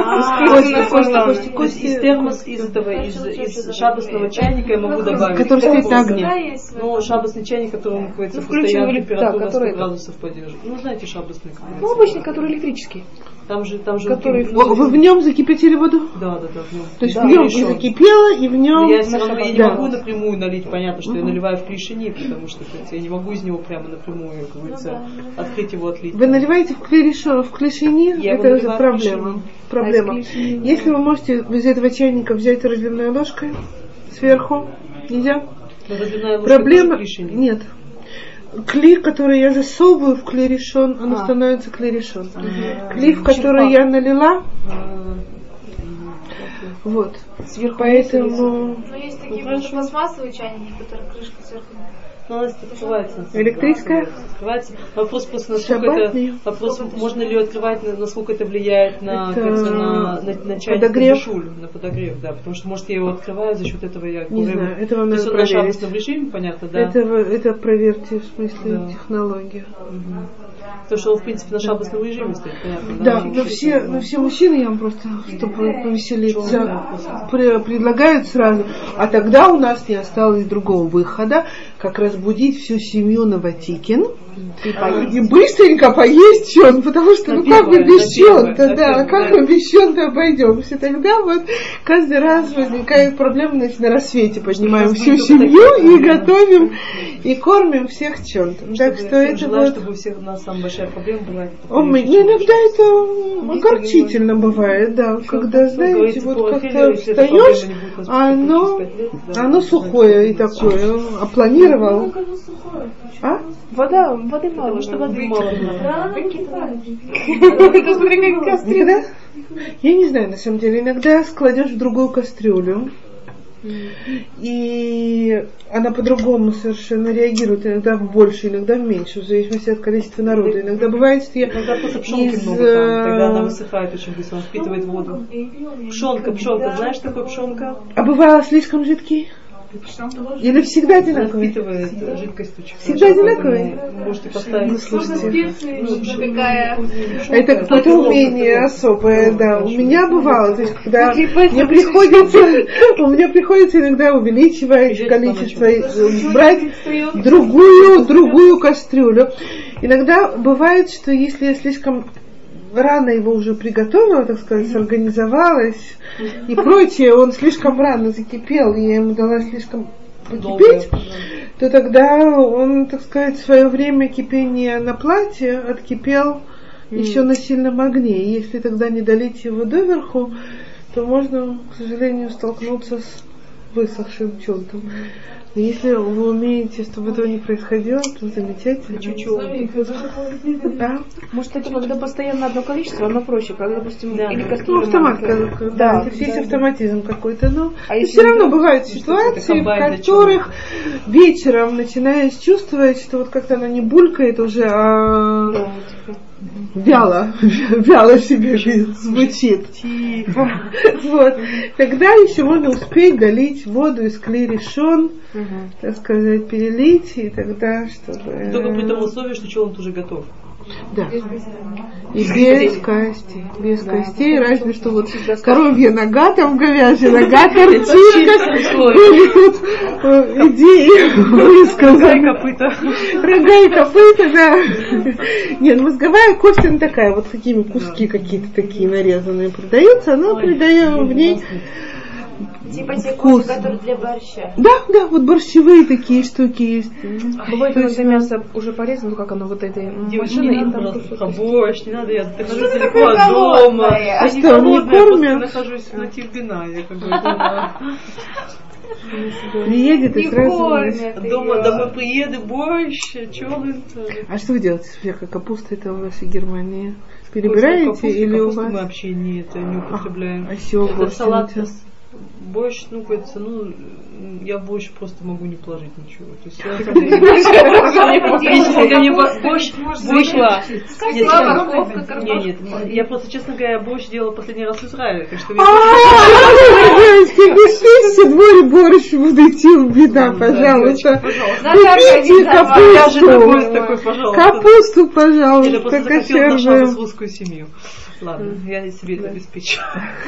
кости из термос, из шаббатного чайника я могу добавить. Который стоит на огне. Ну, шаббатный чайник, который находится постоянно, температура 100 градусов поддерживает. Ну, знаете, шаббатный. Ну, обычный, который электрический. Там же вы в нем закипятили воду? Да. То есть в нем и закипело, и в нем... Я все равно не могу напрямую налить, понятно, что я наливаю в клишини, потому что я не могу из него прямо напрямую, как говорится, открыть его, отлить. Вы наливаете в клишини, это проблема. Если вы можете из этого чайника взять разливной ложкой сверху, нельзя? Проблема... Нет. Кли, который я засовываю в кли решон, оно становится кли решон. Кли, в который я налила, вот. Сверху поэтому... Ну, есть такие пластмассовые чайники, которые крышка сверху. Но она открывается. Электрическая? Открывается. Вопрос просто, насколько вопрос, можно ли ее открывать, насколько это влияет на чайник, на подогрев, да. Потому что, может, я его открываю, за счет этого я... Не знаю, это вам надо проверить. То есть он на шаббатном режиме, понятно, да? Это проверьте, в смысле, технологию. Потому что он, в принципе, на шаббатном режиме стоит, понятно, да? Да, но все мужчины, я вам просто, чтобы повеселиться, предлагают сразу. А тогда у нас не осталось другого выхода, как разбудить всю семью на Ватикин и быстренько поесть чон, потому что, как мы без чон-то, как мы без чон-то обойдемся. Тогда вот каждый раз возникает проблема, значит, на рассвете поднимаем всю семью и готовим, и кормим всех чон-то. Так что это вот... чтобы у всех у нас самая большая проблема была. Иногда это огорчительно бывает, да, когда, знаете, вот как-то встаешь, а оно сухое и такое, а планировал. А? Воды мало, что воды мало. Это смотри, как кастрюля. Я не знаю, на самом деле, иногда складешь в другую кастрюлю, и она по-другому совершенно реагирует, иногда в больше, иногда в меньше, в зависимости от количества народа. Иногда бывает, что я иногда просто пшенки много там, тогда она высыхает очень быстро, он впитывает воду. Пшенка, знаешь, такое пшенка? А бывало слишком жидкий? Или всегда одинаковый? Впитывает жидкость очень. Всегда одинаковый? Можете поставить. Ну, слушайте. Какая? Это какое-то умение особое, да. У меня бывало, то есть, когда мне приходится иногда увеличивать количество, брать другую кастрюлю. Иногда бывает, что если я слишком рано его уже приготовила, так сказать, организовалась и прочее, он слишком рано закипел, и я ему дала слишком покипеть, то тогда он, так сказать, в свое время кипения на платье откипел еще на сильном огне. И если тогда не долить его доверху, то можно, к сожалению, столкнуться с высохшим чем-то. Но если вы умеете, чтобы этого не происходило, то замечательно. Да. Может, это когда постоянно одно количество, оно проще, когда, допустим, или какие-то автомат, есть автоматизм какой-то, но все равно бывают ситуации, в которых вечером начинаешь чувствовать, что вот как-то она не булькает уже, а вяло себе звучит. Вот. Тогда еще можно успеть долить воду из клей решен, так сказать, перелить, и тогда, чтобы... Только при том условии, что челн уже готов. Да. И без костей. Без костей, разве что вот коровья нога, там говяжья нога, картинка. Были тут идеи высказаны. Рога и копыта, да. Нет, мозговая кость, она такая, вот такими куски какие-то такие нарезанные продаются, она придаем в ней типа те кости, которые для борща. Да, вот борщевые такие штуки есть. Бывает, когда мясо уже порезано, ну как оно вот этой машиной, и там борщ, не надо, я нахожусь далеко от дома. А что, не кормят? Я нахожусь на Тирбинае, как бы, приедет и сразу дома домой приеду, борщ, челн. А что вы делаете, Софья? Капуста это у вас в Германии? Перебираете или у вас? Мы вообще не употребляем. Это салат. Борщ, я в борщ просто могу не положить ничего. То есть Нет, я просто, честно говоря, борщ делала последний раз в Израиле, так что в дворе борщ будете беда, пожалуйста. Купите капусту, пожалуйста. Я просто захотела на шаббат в русскую семью. Ладно, я себе это обеспечу.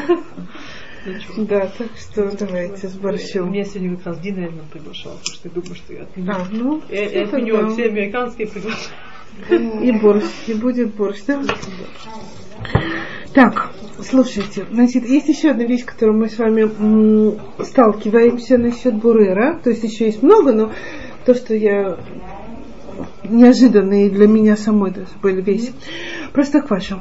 Да, так что давайте с борщом. Меня сегодня как раз Дина Эльман приглашала, потому что я думаю, что я отменю. Я отменю все американские приглашения. И борщ, и будет борщ, да? Так, слушайте, значит, есть еще одна вещь, которую мы с вами сталкиваемся насчет бурера. То есть еще есть много, но то, что я неожиданные для меня самой даже были вещи. Простокваша,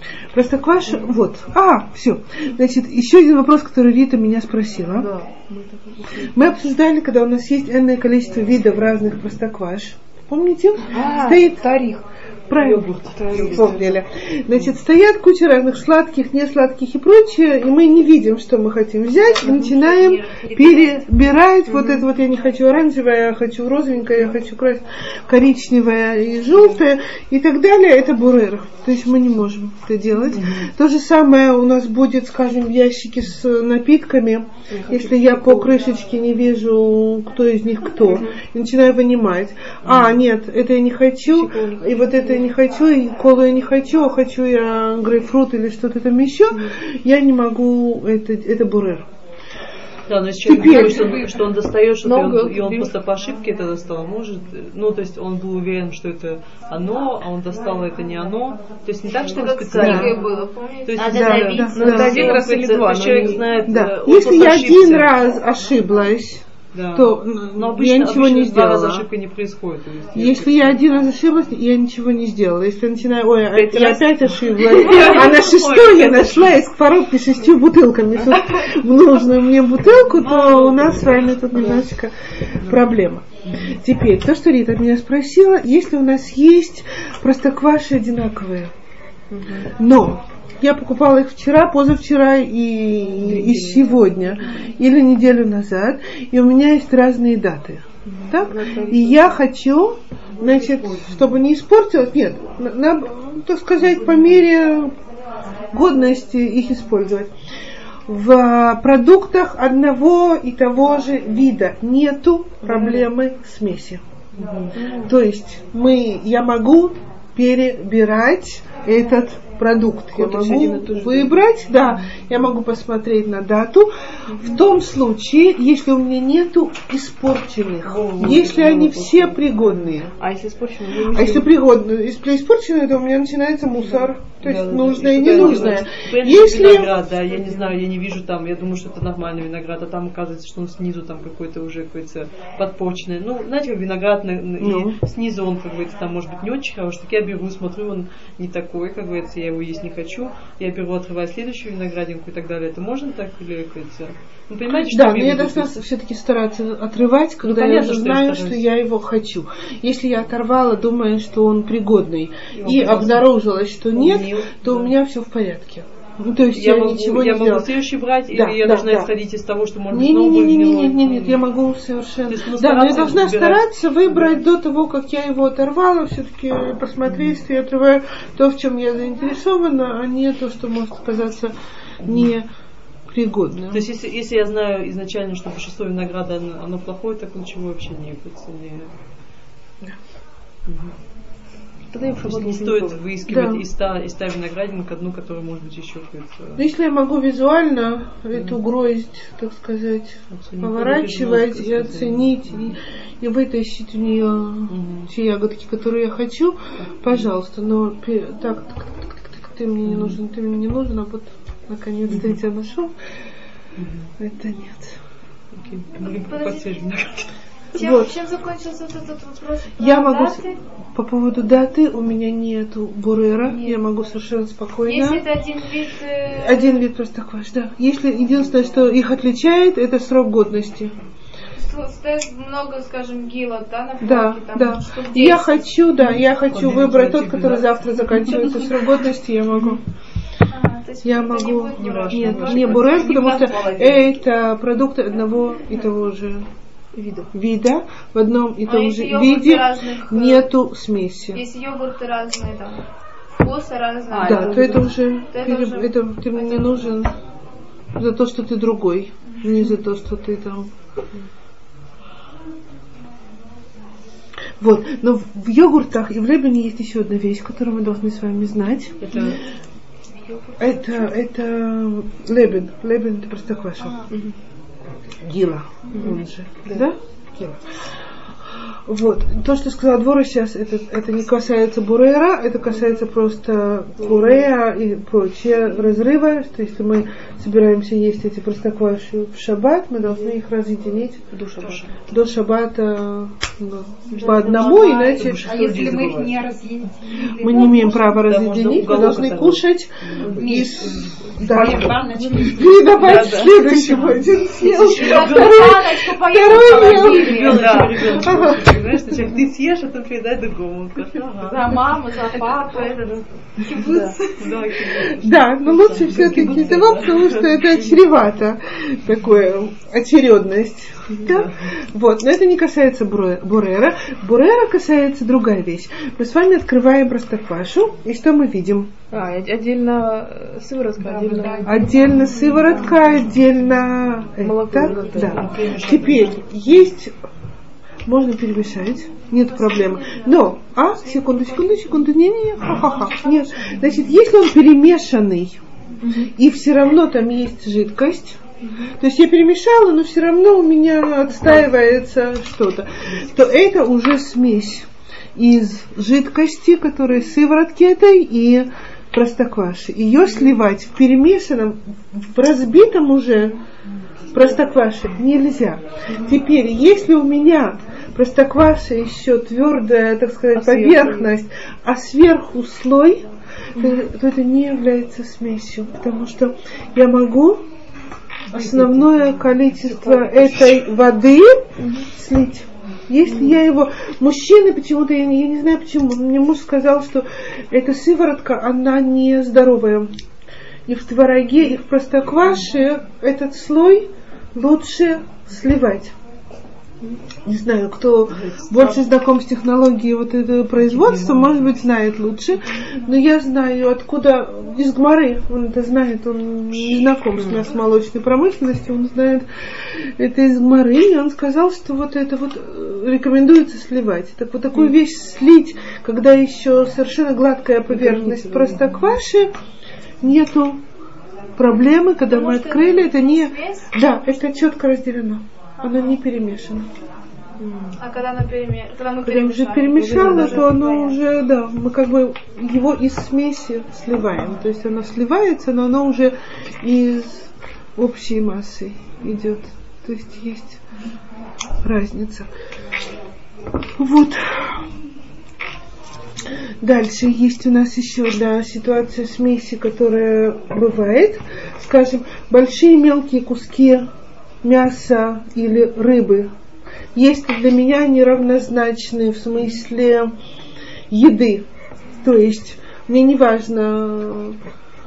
вот. Все. Значит, еще один вопрос, который Рита меня спросила. Да. Мы обсуждали, когда у нас есть энное количество видов разных простокваш. Помните? Стоит тарих. Правильно, вспомнили. Значит, стоят куча разных сладких, несладких и прочее, и мы не видим, что мы хотим взять, и начинаем перебирать. Вот это вот я не хочу оранжевое, я хочу розовенькое, я хочу коричневое и желтое, и так далее. Это бурер. То есть мы не можем это делать. То же самое у нас будет, скажем, в ящике с напитками. Если я по крышечке не вижу, кто из них кто, и начинаю вынимать. Нет, это я не хочу, и вот это я не хочу, и колу я не хочу, а хочу я грейпфрут или что-то там еще, я не могу, это бурер. Да, но если человек думает, что он достает что-то, и он просто по ошибке это достал, может, то есть он был уверен, что это оно, а он достал, это не оно. То есть не так, что это специально. Было, помните? То есть это один раз или два. Человек знает. Если я один раз ошиблась, то я ничего не сделала. 2 раза ошибка не происходит. Если я один раз ошиблась, я ничего не сделала. Если я начинаю, я опять ошиблась, а на 6-й я нашла из коробки 6 бутылками в нужную мне бутылку, то у нас с вами тут немножечко проблема. Теперь, то, что Рита меня спросила, если у нас есть простокваши одинаковые, но я покупала их вчера, позавчера и сегодня, или неделю назад, и у меня есть разные даты. Так? И я хочу, значит, чтобы не испортилось, нет, так сказать, по мере годности их использовать. В продуктах одного и того же вида нету проблемы смеси. То есть я могу перебирать этот продукт. Я могу выбрать, я могу посмотреть на дату в том случае, если у меня нету испорченных, если они все пригодные. А если испорченные? Если испорченные, то у меня начинается мусор. То есть нужное и ненужное. Если виноград, я не знаю, я не вижу там, я думаю, что это нормальный виноград, а там оказывается, что он снизу там какой-то уже подпорченный. Знаете, как виноград, и снизу он, как говорится, там может быть не очень хороший, так я беру, смотрю, он не такой, как говорится, я его есть не хочу, я беру, отрываю следующую виноградинку и так далее. Это можно так или кажется? Вы понимаете, что да, но я должна все-таки стараться отрывать, когда понятно, я знаю, что я его хочу. Если я оторвала, думая, что он пригодный, и обнаружилось, что нет, то у меня все в порядке. Ну, то есть я ничего не могу делаю. следующий брать, или я должна исходить из того, что может быть Нет, я могу совершенно. Да, но я должна стараться выбрать до того, как я его оторвала, все-таки посмотреть, что я отрываю то, в чем я заинтересована, а не то, что может казаться непригодным. То есть, если я знаю изначально, что большинство винограда оно плохое, так ничего вообще не. Тогда не стоит выискивать из 100 виноградинок одну, которая может быть еще какая-то. Если я могу визуально эту гроздь, так сказать, поворачивать и оценить, и вытащить у нее те ягодки, которые я хочу, пожалуйста. Но так, ты мне не нужен, а вот наконец-то я тебя нашел. Это нет. Чем закончился этот вопрос? Я могу по поводу даты, у меня нету бурера, я могу совершенно спокойно. Если это один вид простокваш, да. Если единственное, что их отличает, это срок годности. Стоит много, скажем, гилот, да, на полке, да. Я хочу выбрать тот, который завтра заканчивается срок годности, я могу. Я могу. Не бурер, потому что это продукты одного и того же вида в одном и том же виде нету смеси. Если йогурты разные, там, вкусы разные. Да, то это уже ты мне не нужен за то, что ты другой, не за то, что ты там. Вот, но в йогуртах и в лебене есть еще одна вещь, которую мы должны с вами знать. Это лебен. Лебен это простокваша. Гила, он же, да? Гила. Вот. То, что сказала Двора сейчас, это не касается бурера, это касается просто курея и прочие разрывы, что если мы собираемся есть эти простокваши в шаббат, мы должны их разъединить до шаббата по одному, иначе... А если мы их не разъединили? Мы не имеем права разъединить, мы должны кушать из... Да. Передавать следующему. Один съел, второй ел. Знаешь, сначала ты съешь, а потом передай другому. За маму, за папу. Да, но лучше все-таки того, потому что это чревато, такое, очередность. Да? Вот, но это не касается бурера. Бурера касается другая вещь. Мы с вами открываем простоквашу, и что мы видим? Отдельно сыворотка, отдельно сыворотка, отдельно молоко. Так? Да. Теперь есть... Можно перемешать, нет проблемы. Но, секунду, не, ха-ха-ха. Нет. Значит, если он перемешанный, и все равно там есть жидкость, то есть я перемешала, но все равно у меня отстаивается что-то, то это уже смесь из жидкости, которая сыворотки этой, и простокваши. Ее сливать в перемешанном, в разбитом уже простокваши нельзя. Теперь, если у меня простокваша еще твердая, так сказать, поверхность, а сверху слой, то это не является смесью, потому что я могу основное количество этой воды слить. Если я его... Мужчины почему-то, я не знаю почему, мне муж сказал, что эта сыворотка, она не здоровая. И в твороге, и в простокваше этот слой лучше сливать. Не знаю, кто больше знаком с технологией вот этого производства, может быть, знает лучше. Но я знаю, откуда из Гмары, он это знает, он не знаком с молочной промышленностью, он знает это из Гмары, и он сказал, что вот это вот рекомендуется сливать. Так вот такую вещь слить, когда еще совершенно гладкая поверхность простокваши, нету проблемы, когда мы открыли, это не... Да, это четко разделено. Оно не перемешано. А когда оно когда мы уже перемешало, то оно уже, да, мы как бы его из смеси сливаем. То есть оно сливается, но оно уже из общей массы идет. То есть есть разница. Вот. Дальше есть у нас еще ситуация смеси, которая бывает. Скажем, большие мелкие куски мяса или рыбы. Есть для меня неравнозначные в смысле еды. То есть мне не важно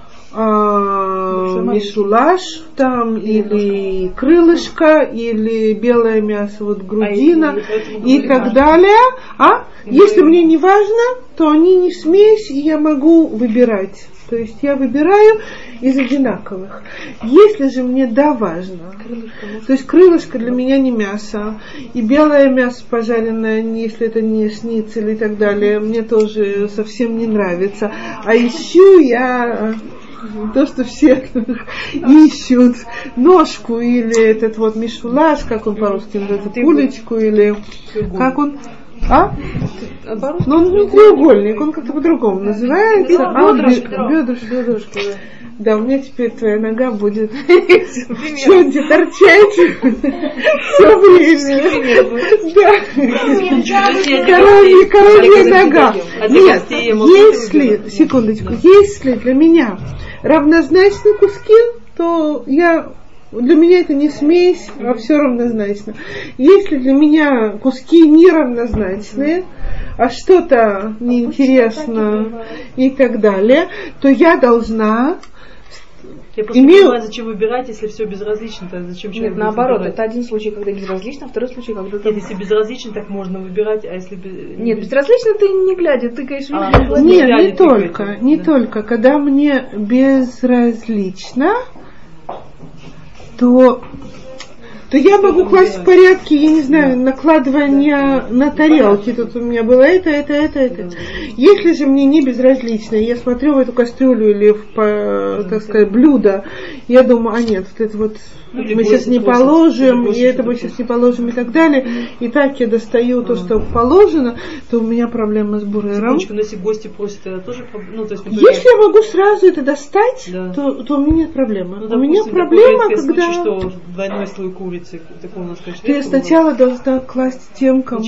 мишулаш там, или крылышко, или белое мясо, вот грудина и так далее. Если мне не важно, то они не смесь, и я могу выбирать. То есть я выбираю из одинаковых. Если же мне важно, то есть крылышко для меня не мясо, и белое мясо пожаренное, если это не шницель и так далее, мне тоже совсем не нравится. А ищу я то, что все ищут, ножку или этот вот мишулаш, как он по-русски называется, кулечку, или как он? Ну, он не треугольник, он как-то по-другому называется. Бедрышко. Да, у меня теперь твоя нога будет в чем-то торчать все время. Да. Коровья нога. Нет, если для меня равнозначны куски, то для меня это не смесь, а все равнозначно. Если для меня куски неравнозначные, а что-то неинтересно и так далее, то я должна... Я просто не понимаю, зачем выбирать, если все безразлично, то зачем человек? Нет, наоборот, это один случай, когда безразлично, второй случай, когда... Нет, если безразлично, так можно выбирать, а если... Нет, безразлично ты не глядя, тыкаешь в Нет, не только. Когда мне безразлично, то я могу класть в порядке, я не знаю, накладывание на тарелки. Тут у меня было это. Если же мне не безразлично, я смотрю в эту кастрюлю или в, так сказать, блюдо, я думаю, нет, вот это вот мы сейчас не положим, и это мы сейчас не положим и так далее. И так я достаю то, что положено, то у меня проблема с бурером. Но если гости просят, это тоже проблема. Если я могу сразу это достать, то у меня нет проблемы. У меня проблема, когда... что двойной слой курицы, такого у нас, конечно, ты сначала должна класть тем, кому...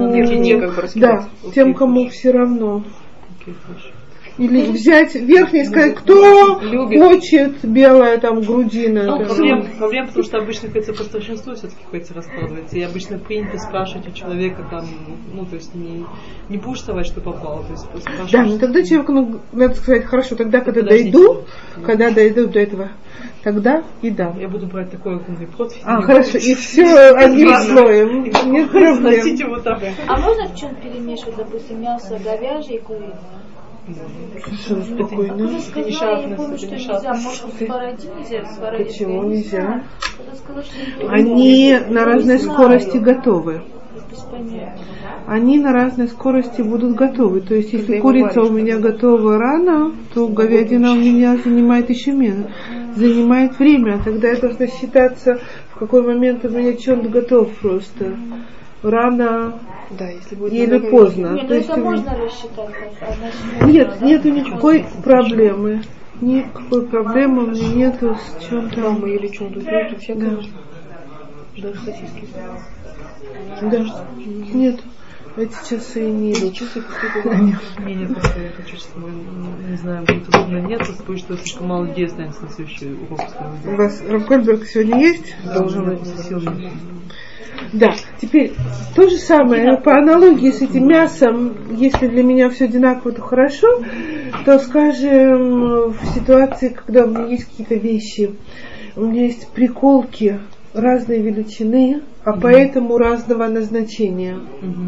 Тем, кому все равно. Или взять верхний и сказать, кто хочет белая там грудина. Проблема, потому что обычно, кажется, по старшинству все-таки хочется раскладывается. И обычно принято спрашивать у человека там, то есть не будешь совать, что попало. То есть да, тогда человеку надо сказать, хорошо, тогда, когда дойду до этого, тогда и дам. Я буду брать такой противень. Хорошо, и все одним слоем. Нет проблем. А можно в чем перемешивать, допустим, мясо говяжье и куриное? Спокойно. Я помню, что нельзя. Может, сварить. Почему нельзя? Они на разной скорости готовы. Они на разной скорости будут готовы. То есть, если курица у меня готова рано, то говядина у меня занимает еще меньше. Занимает время. Тогда я должна считаться, в какой момент у меня что-то готов просто. Рано или поздно. Нет, это можно рассчитать. Нету никакой проблемы. Никакой проблемы у меня нету с чем-то. Или чем-то вообще, конечно. Даже сосиски. Да. Нет. Эти часы не идут. Мнение просто я хочу, что мы не знаем, будет удобно, нет, потому что слишком мало людей останется на следующий урок. У вас Рав Гольдберг сегодня есть? Должен быть. Да, теперь то же самое, по аналогии с этим мясом, если для меня все одинаково, то хорошо, то, скажем, в ситуации, когда у меня есть какие-то вещи, у меня есть приколки разной величины, а поэтому разного назначения,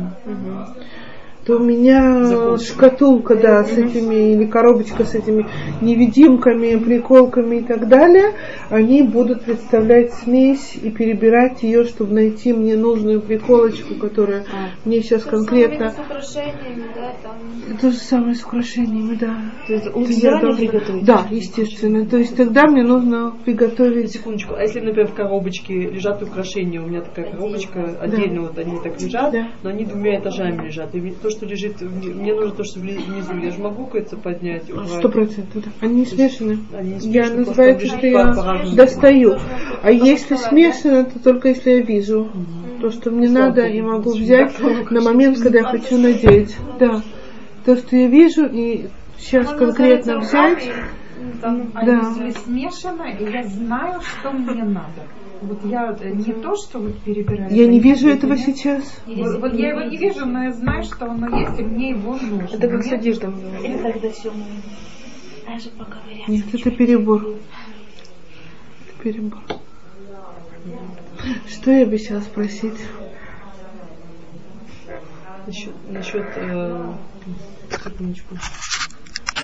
то у меня шкатулка, с этими, или коробочка с этими невидимками, приколками и так далее, они будут представлять смесь и перебирать ее, чтобы найти мне нужную приколочку, которая мне сейчас конкретно... С украшениями, там... То же самое с украшениями, да. То есть заранее приготовить? Да, естественно. То есть тогда мне нужно приготовить... Секундочку, а если, например, в коробочке лежат украшения, у меня такая коробочка, отдельно вот они так лежат, но они двумя этажами лежат, и то, что лежит, мне нужно то, что внизу, я же могу, кажется, поднять? 100%, да. Они не смешаны. Я называется, что я достаю. А если смешано, то только если я вижу то, что мне надо, и могу взять на момент, когда я хочу надеть. Да. то, что я вижу, и сейчас конкретно взять. А если смешано, и я знаю, что мне надо. Вот я не то, что вот перебираю. Я не вижу этого сейчас. Вот я его не вижу, но я знаю, что оно есть, и мне его нужно. Это как с одеждой. Или когда все мы даже поговорим. Нет, это перебор. Это перебор. Что я обещала спросить? Насчет секундочку.